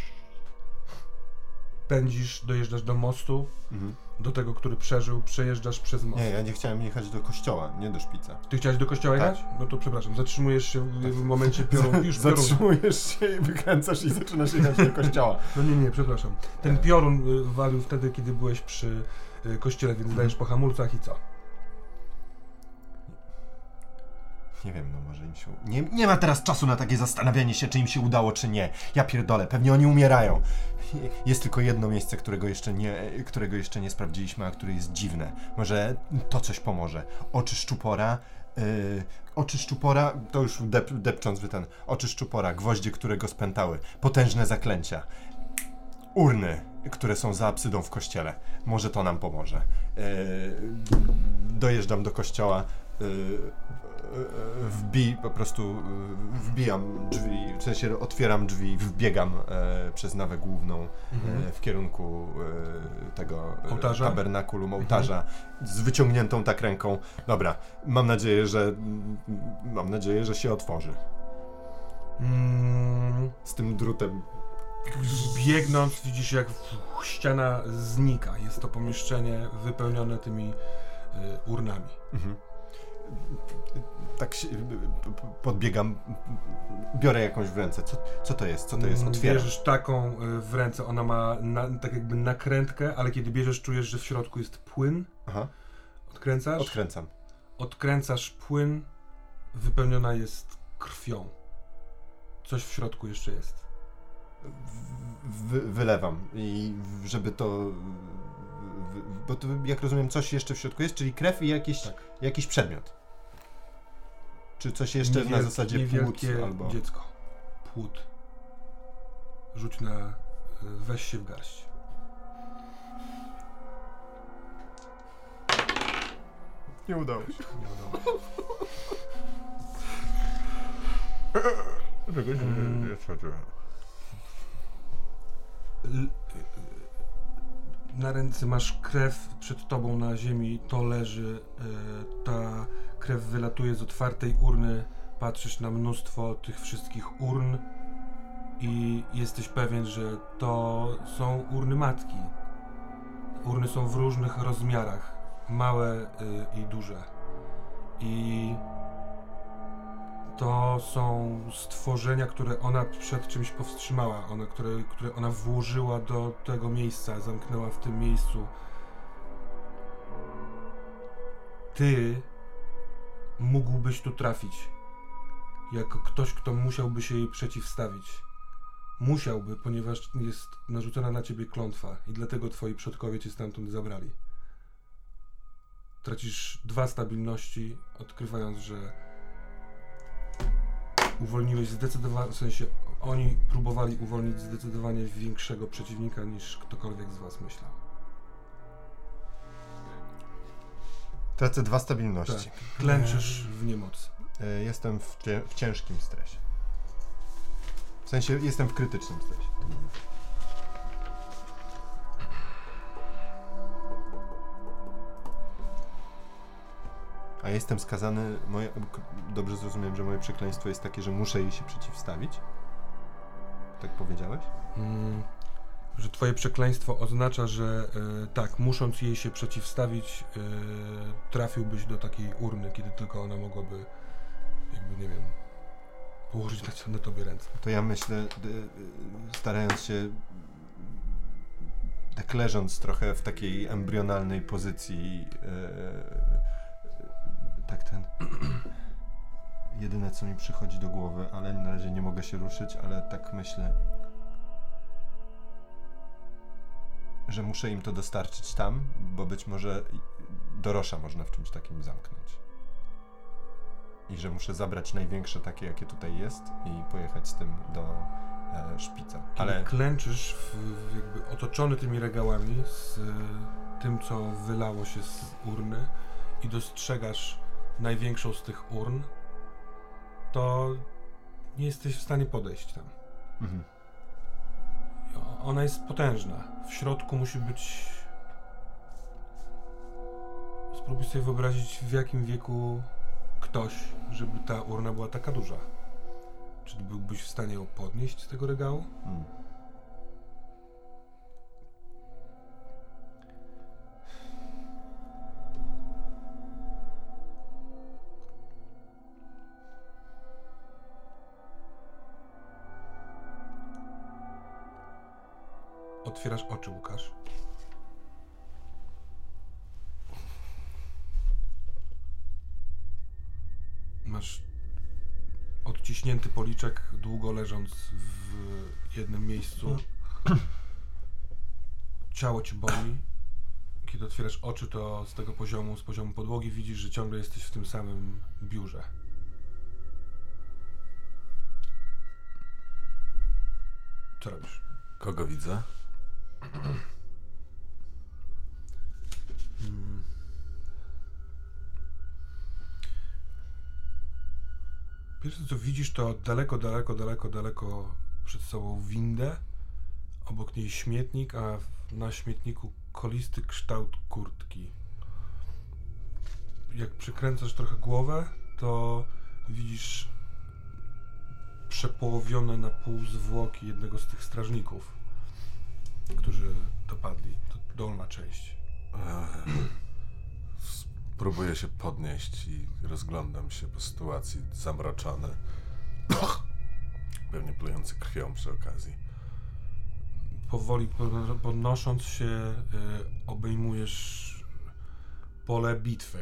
Pędzisz, dojeżdżasz do mostu, do tego, który przeżył, przejeżdżasz przez most. Nie, ja nie chciałem jechać do kościoła, nie do szpica. Ty chciałeś do kościoła jechać? No to przepraszam, zatrzymujesz się w momencie piorun. Zatrzymujesz się i wykręcasz i zaczynasz jechać do kościoła. No nie, przepraszam. Ten piorun walił wtedy, kiedy byłeś przy kościele, więc dajesz po hamulcach i co? Nie wiem, no może im się... Nie ma teraz czasu na takie zastanawianie się, czy im się udało, czy nie. Ja pierdolę, pewnie oni umierają. Jest tylko jedno miejsce, którego jeszcze nie sprawdziliśmy, a które jest dziwne. Może to coś pomoże. Oczy szczupora, to już depcząc oczy szczupora, gwoździe, które go spętały, potężne zaklęcia, urny, które są za apsydą w kościele. Może to nam pomoże. Dojeżdżam do kościoła, wbijam drzwi, w sensie otwieram drzwi, wbiegam przez nawę główną w kierunku tego tabernakulum, ołtarza, z wyciągniętą tak ręką. Dobra, mam nadzieję, że się otworzy. Z tym drutem. Biegnąc widzisz, jak ściana znika. Jest to pomieszczenie wypełnione tymi urnami. Tak się podbiegam, biorę jakąś w ręce. Co to jest? Otwieram. Bierzesz taką w ręce, ona ma tak jakby nakrętkę, ale kiedy bierzesz, czujesz, że w środku jest płyn. Aha. Odkręcasz? Odkręcam. Odkręcasz płyn, wypełniona jest krwią. Coś w środku jeszcze jest. Wylewam i żeby to... Bo to, jak rozumiem, coś jeszcze w środku jest, czyli krew i jakiś przedmiot. Czy coś jeszcze na zasadzie płód albo... dziecko. Płód. Rzuć na... weź się w garść. Nie udało się. Czegoś na ręce masz krew, przed tobą na ziemi to leży, ta krew wylatuje z otwartej urny, patrzysz na mnóstwo tych wszystkich urn i jesteś pewien, że to są urny matki. Urny są w różnych rozmiarach, małe i duże. I to są stworzenia, które ona przed czymś powstrzymała, które ona włożyła do tego miejsca, zamknęła w tym miejscu. Ty mógłbyś tu trafić, jako ktoś, kto musiałby się jej przeciwstawić. Musiałby, ponieważ jest narzucona na ciebie klątwa i dlatego twoi przodkowie cię stamtąd zabrali. Tracisz 2 stabilności, odkrywając, że uwolniłeś zdecydowanie, w sensie oni próbowali uwolnić zdecydowanie większego przeciwnika niż ktokolwiek z was myślał. Tracę 2 stabilności. Tak, klęczysz w niemocy. Jestem w ciężkim stresie. W sensie jestem w krytycznym stresie. A jestem skazany, dobrze zrozumiem, że moje przekleństwo jest takie, że muszę jej się przeciwstawić? Tak powiedziałeś? Że twoje przekleństwo oznacza, że tak, musząc jej się przeciwstawić, trafiłbyś do takiej urny, kiedy tylko ona mogłaby, jakby, nie wiem, położyć na tobie ręce. To ja myślę, starając się, tak leżąc trochę w takiej embrionalnej pozycji, jedyne co mi przychodzi do głowy, ale na razie nie mogę się ruszyć, ale tak myślę. że muszę im to dostarczyć tam, bo być może Dorosza można w czymś takim zamknąć. I że muszę zabrać największe takie, jakie tutaj jest i pojechać z tym do szpica. Ale klęczysz jakby otoczony tymi regałami z tym, co wylało się z urny i dostrzegasz największą z tych urn, to nie jesteś w stanie podejść tam. Mhm. Ona jest potężna. W środku musi być... Spróbuj sobie wyobrazić, w jakim wieku ktoś, żeby ta urna była taka duża. Czy byłbyś w stanie ją podnieść z tego regału? Otwierasz oczy, Łukasz. Masz odciśnięty policzek, długo leżąc w jednym miejscu. Ciało ci boli. Kiedy otwierasz oczy, to z poziomu podłogi widzisz, że ciągle jesteś w tym samym biurze. Co robisz? Kogo widzę? Pierwsze co widzisz, to daleko przed sobą windę, obok niej śmietnik, a na śmietniku kolisty kształt kurtki. Jak przykręcasz trochę głowę, to widzisz przepołowione na pół zwłoki jednego z tych strażników, którzy dopadli. To dolna część. Próbuję się podnieść i rozglądam się po sytuacji, zamroczony. Pewnie plujący krwią przy okazji. Powoli podnosząc się, obejmujesz pole bitwy.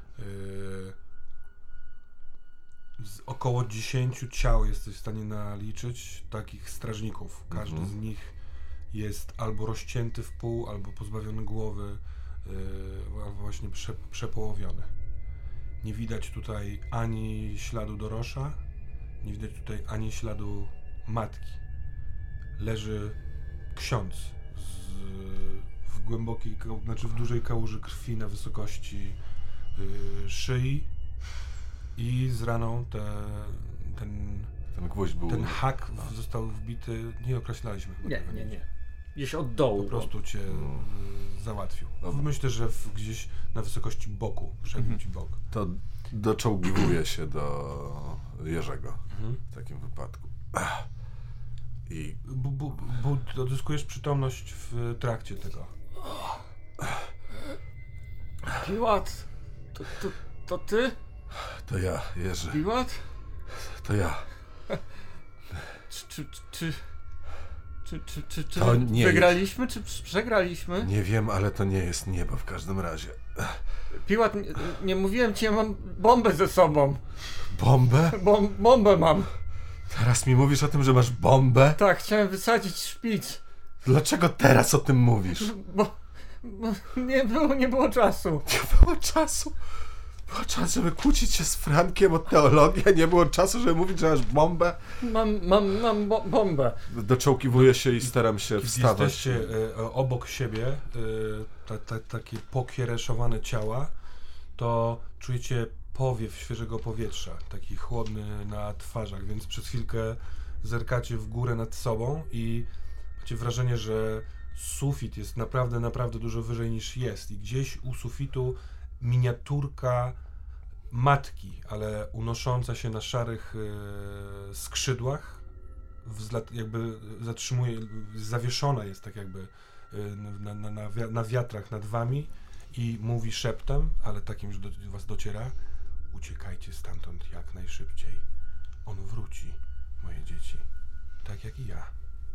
Z około 10 ciał jesteś w stanie naliczyć, takich strażników. Każdy z nich jest albo rozcięty w pół, albo pozbawiony głowy, albo właśnie przepołowiony. Nie widać tutaj ani śladu Dorosza, nie widać tutaj ani śladu matki. Leży ksiądz w dużej kałuży krwi na wysokości szyi i z raną ten gwóźdź był... Ten hak został wbity, nie określaliśmy chyba. Nie. Gdzieś od dołu. Po prostu cię załatwił. Myślę, że gdzieś na wysokości boku, przebił ci bok. To doczołgiwuje się do Jerzego w takim wypadku. I... Odzyskujesz przytomność w trakcie tego. Piłat, to ty? To ja, Jerzy. Piłat? To ja. Czy to nie wygraliśmy, czy przegraliśmy? Nie wiem, ale to nie jest niebo w każdym razie. Piłat, nie mówiłem ci, ja mam bombę ze sobą. Bombę? Bombę mam. Teraz mi mówisz o tym, że masz bombę? Tak, chciałem wysadzić szpic. Dlaczego teraz o tym mówisz? Bo nie było czasu. Nie było czasu? Było czas, żeby kłócić się z Frankiem o teologię, nie było czasu, żeby mówić, że masz bombę? Mam bombę. Doczołgiwuję się i staram się wstawać. Jesteście obok siebie, takie pokiereszowane ciała, to czujecie powiew świeżego powietrza, taki chłodny na twarzach, więc przez chwilkę zerkacie w górę nad sobą i macie wrażenie, że sufit jest naprawdę dużo wyżej niż jest i gdzieś u sufitu miniaturka matki, ale unosząca się na szarych skrzydłach, jakby zatrzymuje, zawieszona jest tak jakby na wiatrach nad wami i mówi szeptem, ale takim, że do was dociera: uciekajcie stamtąd jak najszybciej. On wróci, moje dzieci, tak jak i ja.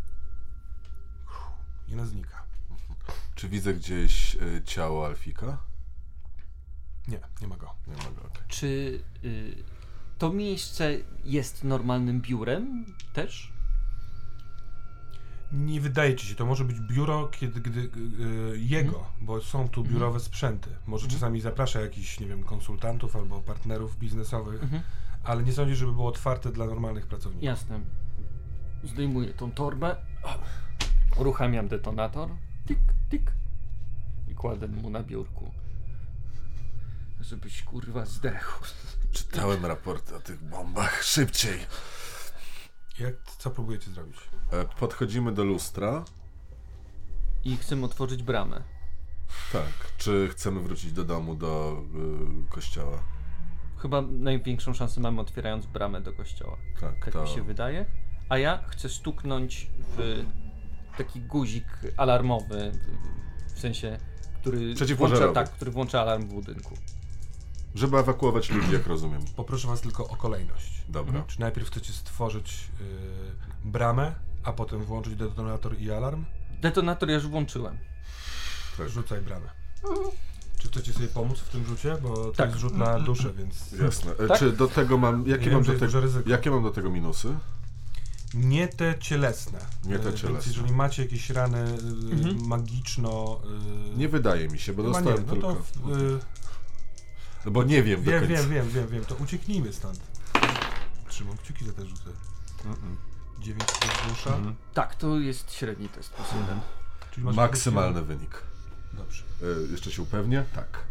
I ona znika. Czy widzę gdzieś ciało Alfika? Nie ma go. Okay. Czy to miejsce jest normalnym biurem też? Nie wydaje ci się, to może być biuro, gdy jego, bo są tu biurowe sprzęty. Może czasami zaprasza jakichś, nie wiem, konsultantów albo partnerów biznesowych, ale nie sądzisz, żeby było otwarte dla normalnych pracowników. Jasne. Zdejmuję tą torbę, uruchamiam detonator, tik, tik i kładę mu na biurku. Żebyś kurwa zdechł. Czytałem raporty o tych bombach. Szybciej! Co próbujecie zrobić? Podchodzimy do lustra. I chcemy otworzyć bramę. Tak. Czy chcemy wrócić do domu, do kościoła? Chyba największą szansę mamy otwierając bramę do kościoła. Tak mi się wydaje. A ja chcę stuknąć w taki guzik alarmowy, w sensie, który włącza alarm w budynku. Żeby ewakuować ludzi, jak rozumiem. Poproszę was tylko o kolejność. Dobra. Czy najpierw chcecie stworzyć bramę, a potem włączyć detonator i alarm? Detonator ja już włączyłem. Tak. Rzucaj bramę. Czy chcecie sobie pomóc w tym rzucie? Bo to jest rzut na duszę, więc... Jasne. Tak? Czy do tego mam... Jakie mam do tego minusy? Nie te cielesne. Więc jeżeli macie jakieś rany magiczno... Nie wydaje mi się, bo dostałem nie, tylko... No bo nie wiem do końca. Wiem. To ucieknijmy stąd. Trzymam kciuki za te rzuty. 9 plus dusza. Tak, to jest średni test plus 1. Czyli masz maksymalny wynik. Dobrze. Jeszcze się upewnię? Tak.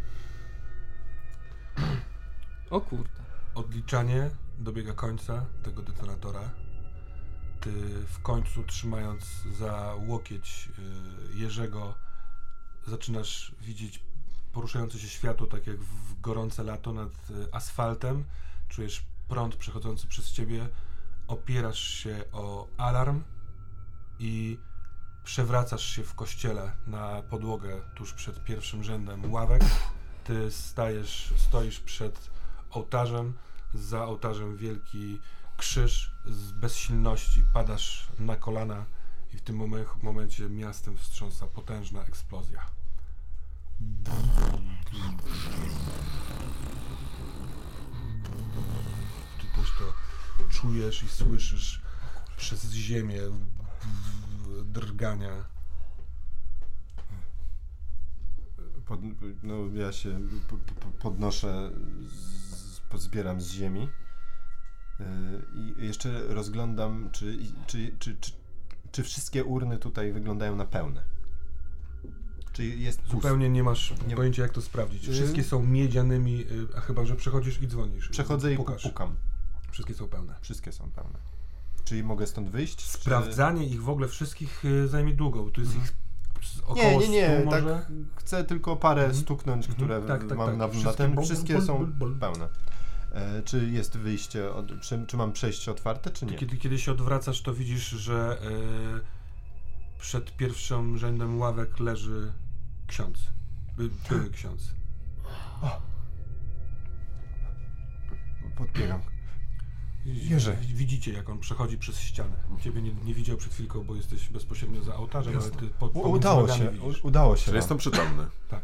O kurde. Odliczanie dobiega końca tego detonatora. Ty w końcu, trzymając za łokieć Jerzego, zaczynasz widzieć poruszające się światło, tak jak w gorące lato nad asfaltem. Czujesz prąd przechodzący przez ciebie, opierasz się o alarm i przewracasz się w kościele na podłogę tuż przed pierwszym rzędem ławek. Ty stoisz przed ołtarzem, za ołtarzem wielki krzyż, z bezsilności padasz na kolana i w tym momencie miastem wstrząsa potężna eksplozja. Ty też to czujesz i słyszysz przez ziemię drgania. Ja się podnoszę, pozbieram z ziemi i jeszcze rozglądam, czy wszystkie urny tutaj wyglądają na pełne. Czy jest zupełnie nie masz pojęcia, jak to sprawdzić. Wszystkie są miedzianymi, a chyba że przechodzisz i dzwonisz. Przechodzę i pukam. Wszystkie są pełne. Wszystkie są pełne. Czyli mogę stąd wyjść? Sprawdzanie ich w ogóle wszystkich zajmie długo, bo tu jest ich około 100 może? Tak, chcę tylko parę stuknąć, które mam na ten. Wszystkie są pełne. Czy jest wyjście, czy mam przejście otwarte, czy nie? Kiedy się odwracasz, to widzisz, że przed pierwszym rzędem ławek leży ksiądz. Były ksiądz. Podbiegam. Jerzy. Widzicie, jak on przechodzi przez ścianę. Ciebie nie widział przed chwilką, bo jesteś bezpośrednio za ołtarzem, ale ty Udało się. Czyli jestem przytomny. Tak.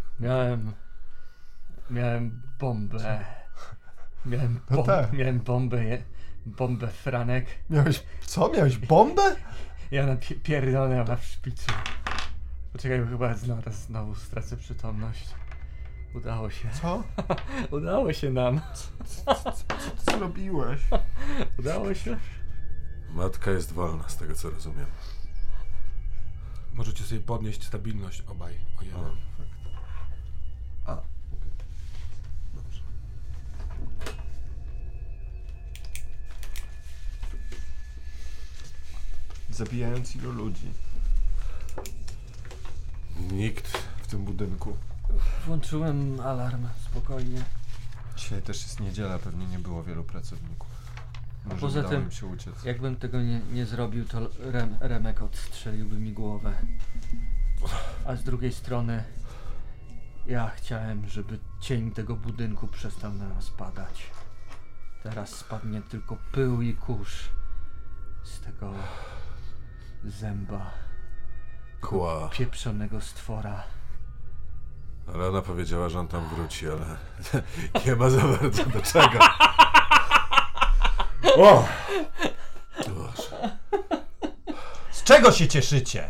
Miałem bombę. Miałem bombę Franek. Miałeś bombę? Ja pierdolę w szpicu. Poczekaj, chyba znowu stracę przytomność. Udało się. Co? Udało się nam. Co ty zrobiłeś? Udało się. Matka jest wolna, z tego co rozumiem. Możecie sobie podnieść stabilność obaj o jeden. Dobrze. Zabijając ilu ludzi? Nikt w tym budynku. Włączyłem alarm, spokojnie. Dzisiaj też jest niedziela, pewnie nie było wielu pracowników. Może poza udało tym, im się uciec. Jakbym tego nie zrobił, to Remek odstrzeliłby mi głowę. A z drugiej strony, ja chciałem, żeby cień tego budynku przestał na nas padać. Teraz spadnie tylko pył i kurz z tego zęba. Kła. Pieprzonego stwora. Ale ona powiedziała, że on tam wróci, ale nie ma za bardzo do czego. O! Boże. Z czego się cieszycie?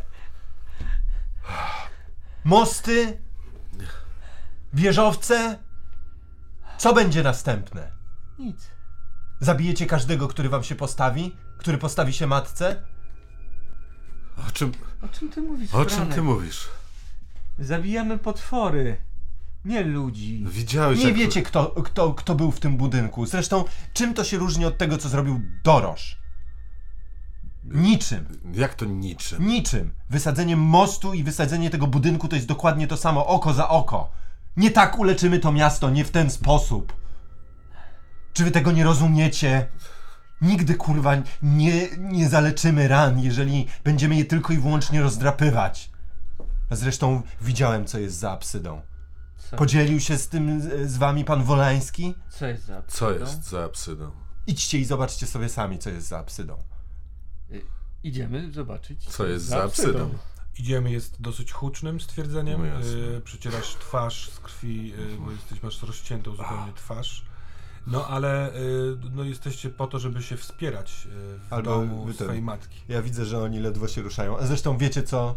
Mosty? Wieżowce? Co będzie następne? Nic. Zabijecie każdego, który wam się postawi? Który postawi się matce? O czym ty mówisz, O czym Franek? ty mówisz? Zabijamy potwory, nie ludzi. Widziałeś, Nie jak... wiecie, kto był w tym budynku. Zresztą, czym to się różni od tego, co zrobił Dorosz? Niczym. Jak to niczym? Niczym. Wysadzenie mostu i wysadzenie tego budynku to jest dokładnie to samo, oko za oko. Nie tak uleczymy to miasto, nie w ten sposób. Czy wy tego nie rozumiecie? Nigdy, kurwa, nie zaleczymy ran, jeżeli będziemy je tylko i wyłącznie rozdrapywać. A zresztą widziałem, co jest za apsydą. Co? Podzielił się z wami pan Wolański? Co jest za apsydą? Co jest za apsydą? Idźcie i zobaczcie sobie sami, co jest za apsydą. Idziemy zobaczyć. Co jest za apsydą? Idziemy, jest dosyć hucznym stwierdzeniem. No jasne. Przecierasz twarz z krwi, bo masz rozciętą zupełnie twarz. No ale jesteście po to, żeby się wspierać w domu swojej matki. Ja widzę, że oni ledwo się ruszają. A zresztą wiecie co?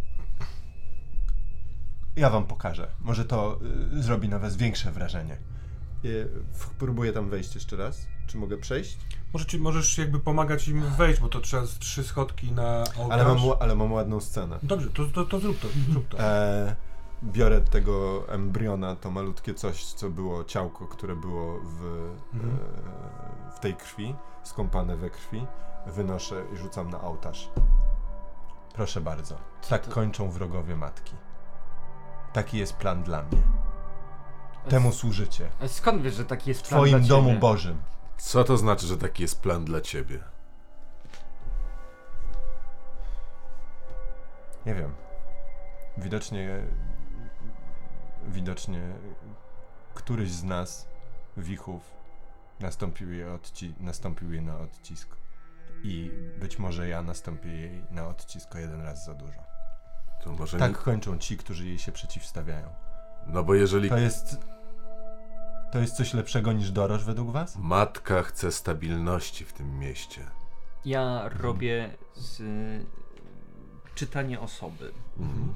Ja wam pokażę. Może to zrobi na was większe wrażenie. Próbuję tam wejść jeszcze raz. Czy mogę przejść? Możesz jakby pomagać im wejść, bo to trzeba z 3 schodki na ołtarz. Ale mam ładną scenę. Dobrze, to zrób to. Biorę tego embriona, to malutkie coś, co było ciałko, które było w tej krwi, skąpane we krwi, wynoszę i rzucam na ołtarz. Proszę bardzo. Tak kończą wrogowie matki. Taki jest plan dla mnie. Temu służycie. A skąd wiesz, że taki jest W plan twoim dla domu ciebie? Bożym. Co to znaczy, że taki jest plan dla ciebie? Nie wiem. Widocznie któryś z nas, wichów, nastąpił jej na odcisk. I być może ja nastąpię jej na odcisk o 1 raz za dużo. To może Tak kończą ci, którzy jej się przeciwstawiają. No bo jeżeli... To jest coś lepszego niż Dorosz według was? Matka chce stabilności w tym mieście. Ja robię czytanie osoby. Mhm.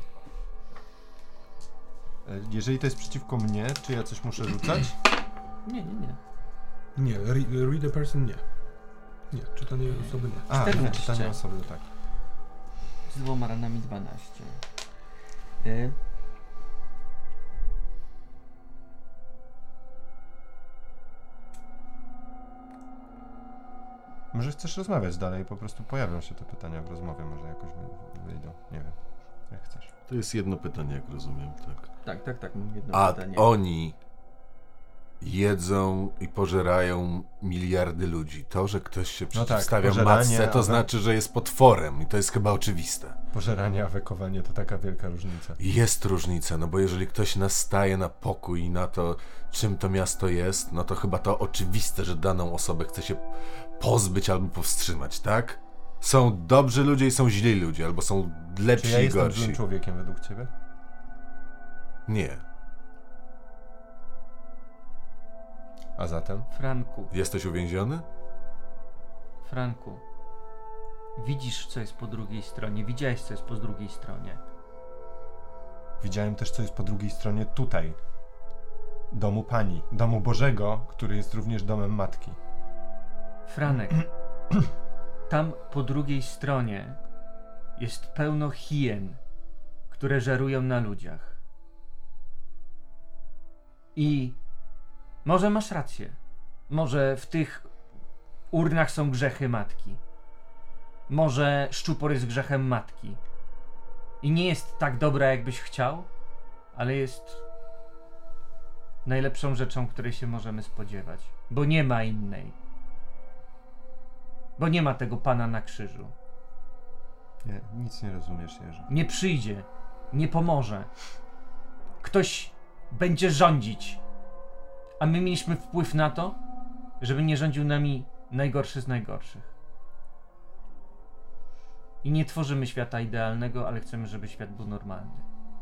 Jeżeli to jest przeciwko mnie, czy ja coś muszę rzucać? Nie. Nie, read a person nie. Nie, czytanie osoby nie. 14. Czytanie osoby, tak. Z 2 ranami 12. Może chcesz rozmawiać dalej, po prostu pojawią się te pytania w rozmowie, może jakoś wyjdą. Nie wiem, jak chcesz. To jest jedno pytanie, jak rozumiem, tak. Tak, mam jedno A pytanie. oni jedzą i pożerają miliardy ludzi. To, że ktoś się przeciwstawia matce, to znaczy, że jest potworem i to jest chyba oczywiste. Pożeranie, a wekowanie to taka wielka różnica. Jest różnica, no bo jeżeli ktoś nastaje na pokój i na to, czym to miasto jest, no to chyba to oczywiste, że daną osobę chce się pozbyć albo powstrzymać, tak? Są dobrzy ludzie i są źli ludzie, albo są lepsi Czy ja i jestem gorsi. złym człowiekiem według ciebie? Nie. A zatem? Franku, Jesteś uwięziony? widzisz, co jest po drugiej stronie. Widziałeś, co jest po drugiej stronie. Widziałem też, co jest po drugiej stronie tutaj. Domu Pani. Domu Bożego, który jest również domem Matki. Franek, tam po drugiej stronie jest pełno hien, które żerują na ludziach. I może masz rację. Może w tych urnach są grzechy matki. Może szczupor jest grzechem matki. I nie jest tak dobra, jakbyś chciał, ale jest najlepszą rzeczą, której się możemy spodziewać. Bo nie ma innej. Bo nie ma tego Pana na krzyżu. Nie, nic nie rozumiesz, Jerzy. Nie przyjdzie. Nie pomoże. Ktoś będzie rządzić. A my mieliśmy wpływ na to, żeby nie rządził nami najgorszy z najgorszych. I nie tworzymy świata idealnego, ale chcemy, żeby świat był normalny.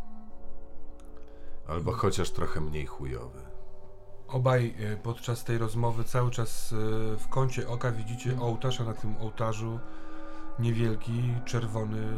Albo chociaż trochę mniej chujowy. Obaj podczas tej rozmowy cały czas w kącie oka widzicie ołtarz, a na tym ołtarzu niewielki, czerwony,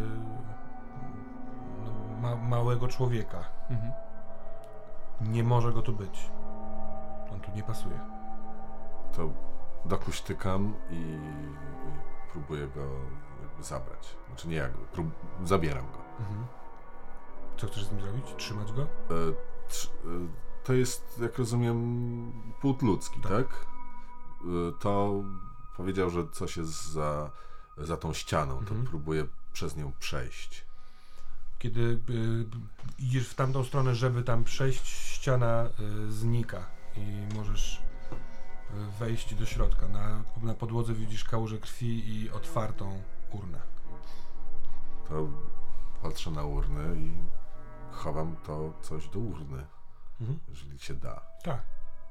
małego człowieka. Nie może go tu być. On tu nie pasuje. To dokuśtykam i próbuję go jakby zabrać. Znaczy nie jakby, zabieram go. Co chcesz z nim zrobić? Trzymać go? To jest, jak rozumiem, płód ludzki, tak? To powiedział, że coś jest za tą ścianą, to próbuję przez nią przejść. Kiedy idziesz w tamtą stronę, żeby tam przejść, ściana znika i możesz wejść do środka. Na podłodze widzisz kałużę krwi i otwartą urnę. To patrzę na urnę i chowam to coś do urny, jeżeli się da. Tak.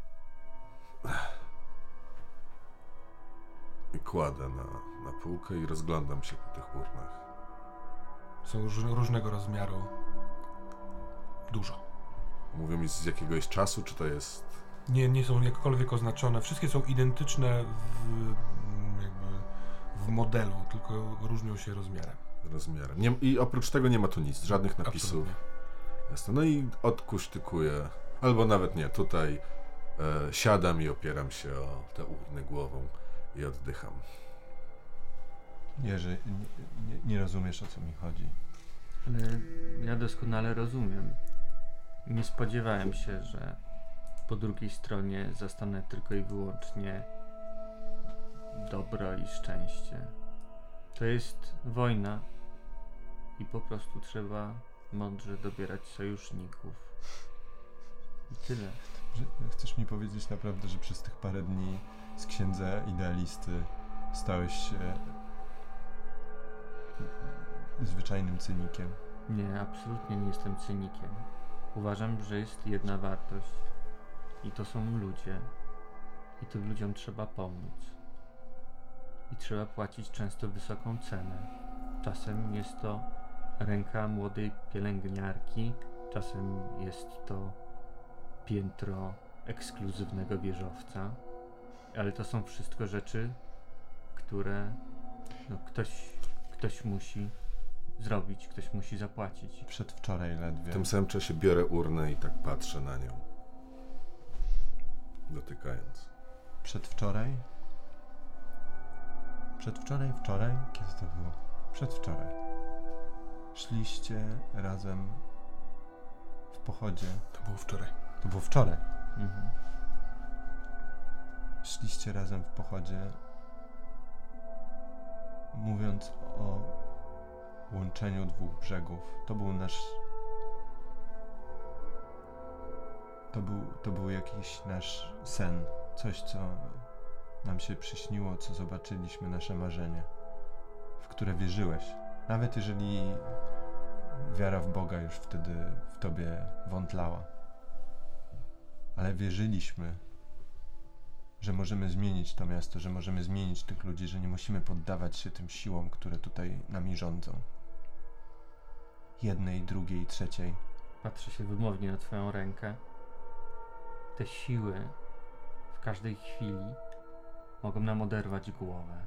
I kładę na półkę i rozglądam się po tych urnach. Są różnego rozmiaru. Dużo. Mówią mi z jakiegoś czasu, czy to jest... Nie są jakkolwiek oznaczone. Wszystkie są identyczne w modelu, tylko różnią się rozmiarem. I oprócz tego nie ma tu nic, żadnych napisów. Jasne. No i odkuśtykuję, albo nawet nie, tutaj siadam i opieram się o te urny głową i oddycham. Jerzy, nie rozumiesz, o co mi chodzi. Ale ja doskonale rozumiem. Nie spodziewałem się, że po drugiej stronie zastanę tylko i wyłącznie dobro i szczęście. To jest wojna i po prostu trzeba mądrze dobierać sojuszników. I tyle. Chcesz mi powiedzieć naprawdę, że przez tych parę dni z księdza idealisty stałeś się zwyczajnym cynikiem? Nie, absolutnie nie jestem cynikiem. Uważam, że jest jedna wartość i to są ludzie. I tym ludziom trzeba pomóc. I trzeba płacić często wysoką cenę. Czasem jest to ręka młodej pielęgniarki, czasem jest to piętro ekskluzywnego wieżowca, ale to są wszystko rzeczy, które ktoś musi zrobić, ktoś musi zapłacić. Przedwczoraj ledwie. W tym samym czasie biorę urnę i tak patrzę na nią, dotykając. Przedwczoraj? Wczoraj? Kiedy to było? Przedwczoraj. Szliście razem w pochodzie. To było wczoraj. To było wczoraj. Szliście razem w pochodzie, mówiąc o łączeniu dwóch brzegów. To był nasz... To był jakiś nasz sen. Coś, co nam się przyśniło, co zobaczyliśmy, nasze marzenie, w które wierzyłeś. Nawet jeżeli wiara w Boga już wtedy w tobie wątlała. Ale wierzyliśmy, że możemy zmienić to miasto, że możemy zmienić tych ludzi, że nie musimy poddawać się tym siłom, które tutaj nami rządzą. Jednej, drugiej, trzeciej. Patrzę się wymownie na twoją rękę. Te siły w każdej chwili mogą nam oderwać głowę.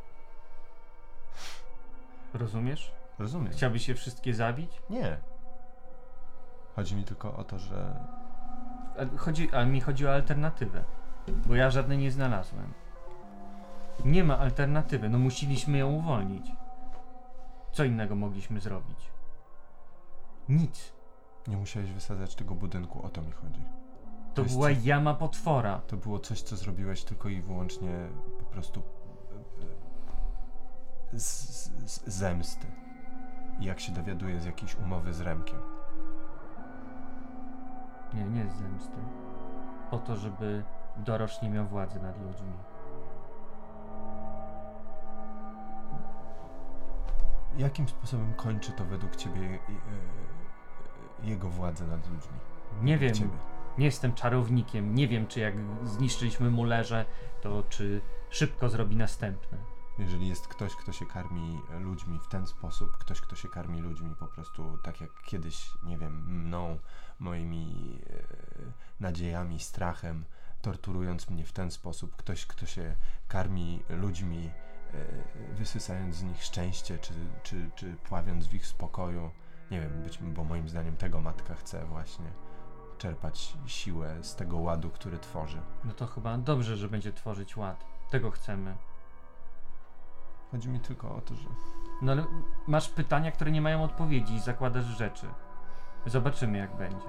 Rozumiesz? Rozumiem. Chciałbyś je wszystkie zabić? Nie. Chodzi mi tylko o to, że... A mi chodzi o alternatywę. Bo ja żadnej nie znalazłem. Nie ma alternatywy, no musieliśmy ją uwolnić. Co innego mogliśmy zrobić? Nic. Nie musiałeś wysadzać tego budynku, o to mi chodzi. To była jama potwora. To było coś, co zrobiłeś tylko i wyłącznie po prostu z zemsty. I jak się dowiaduję, z jakiejś umowy z Remkiem. Nie z zemsty. Po to, żeby Dorosz nie miał władzy nad ludźmi. Jakim sposobem kończy to według ciebie jego władzę nad ludźmi? Nie wiem. Nie jestem czarownikiem. Nie wiem, czy jak zniszczyliśmy mulerze, to czy szybko zrobi następne. Jeżeli jest ktoś, kto się karmi ludźmi w ten sposób, ktoś, kto się karmi ludźmi po prostu tak jak kiedyś, nie wiem, mną, moimi nadziejami, strachem, torturując mnie w ten sposób, ktoś, kto się karmi ludźmi wysysając z nich szczęście, czy pławiąc w ich spokoju. Nie wiem, bo moim zdaniem tego matka chce właśnie czerpać siłę z tego ładu, który tworzy. No to chyba dobrze, że będzie tworzyć ład. Tego chcemy. Chodzi mi tylko o to, że... No ale masz pytania, które nie mają odpowiedzi i zakładasz rzeczy. Zobaczymy, jak będzie.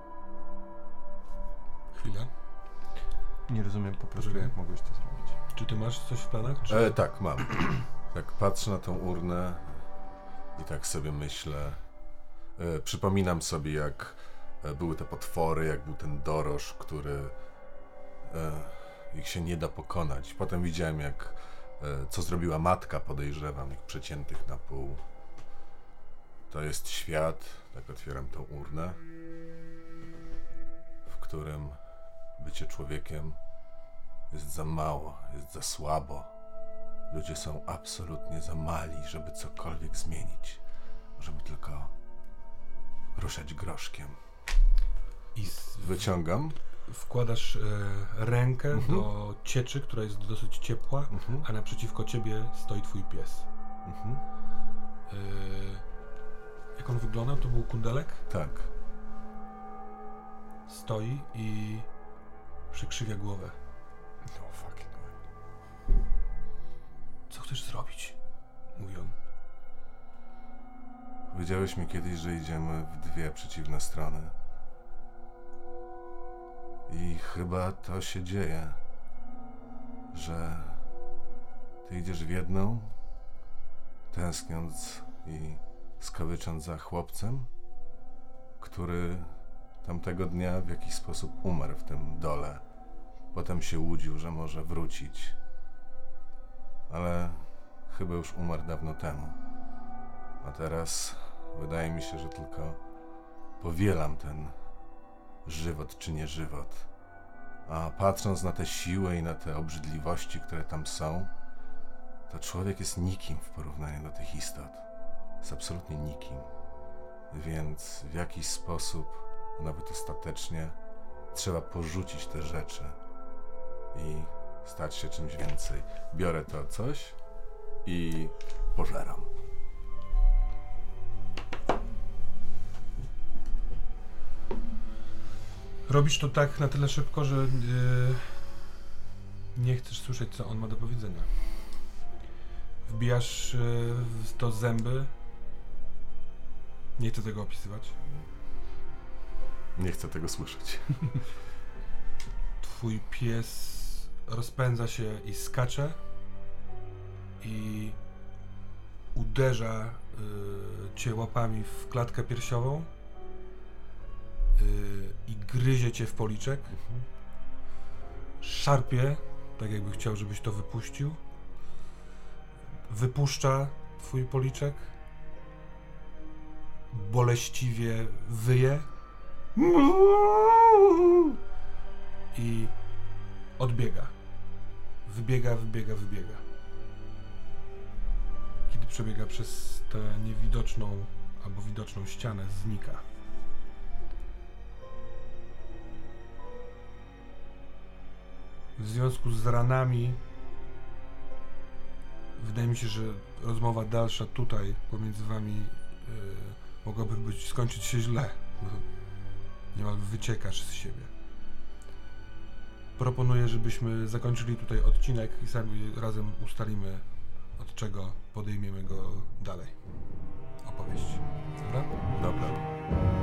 Chwilę. Nie rozumiem po prostu, jak mogłeś to zrobić. Czy ty masz coś w planach? Czy... Tak, mam. Tak patrzę na tą urnę i tak sobie myślę. Przypominam sobie, jak były te potwory, jak był ten dorożł, który ich się nie da pokonać. Potem widziałem, co zrobiła matka, podejrzewam, ich przeciętych na pół. To jest świat, tak otwieram tą urnę, w którym bycie człowiekiem jest za mało, jest za słabo. Ludzie są absolutnie za mali, żeby cokolwiek zmienić. Możemy tylko ruszać groszkiem. I wyciągam. Wkładasz rękę do cieczy, która jest dosyć ciepła, a naprzeciwko ciebie stoi twój pies. Jak on wyglądał? To był kundelek? Tak. Stoi i przykrzywia głowę. No fucking way. Co chcesz zrobić? Mówi on. Powiedziałeś mi kiedyś, że idziemy w dwie przeciwne strony. I chyba to się dzieje, że ty idziesz w jedną, tęskniąc i skawycząc za chłopcem, który tamtego dnia w jakiś sposób umarł w tym dole. Potem się łudził, że może wrócić. Ale chyba już umarł dawno temu. A teraz wydaje mi się, że tylko powielam ten żywot czy nie żywot. A patrząc na te siły i na te obrzydliwości, które tam są, to człowiek jest nikim w porównaniu do tych istot. Jest absolutnie nikim. Więc w jakiś sposób, nawet ostatecznie, trzeba porzucić te rzeczy i stać się czymś więcej. Biorę to coś i pożeram. Robisz to tak na tyle szybko, że nie chcesz słyszeć, co on ma do powiedzenia. Wbijasz w to zęby. Nie chcę tego opisywać. Nie chcę tego słyszeć. Twój pies rozpędza się i skacze i uderza cię łapami w klatkę piersiową i gryzie cię w policzek. Szarpie, tak jakby chciał, żebyś to wypuścił. Wypuszcza twój policzek. Boleściwie wyje. I odbiega. Wybiega. Kiedy przebiega przez tę niewidoczną albo widoczną ścianę, znika. W związku z ranami wydaje mi się, że rozmowa dalsza tutaj pomiędzy wami mogłaby skończyć się źle. Niemal wyciekasz z siebie. Proponuję, żebyśmy zakończyli tutaj odcinek i sami razem ustalimy, od czego podejmiemy go dalej. Opowieść. Dobra? Dobra.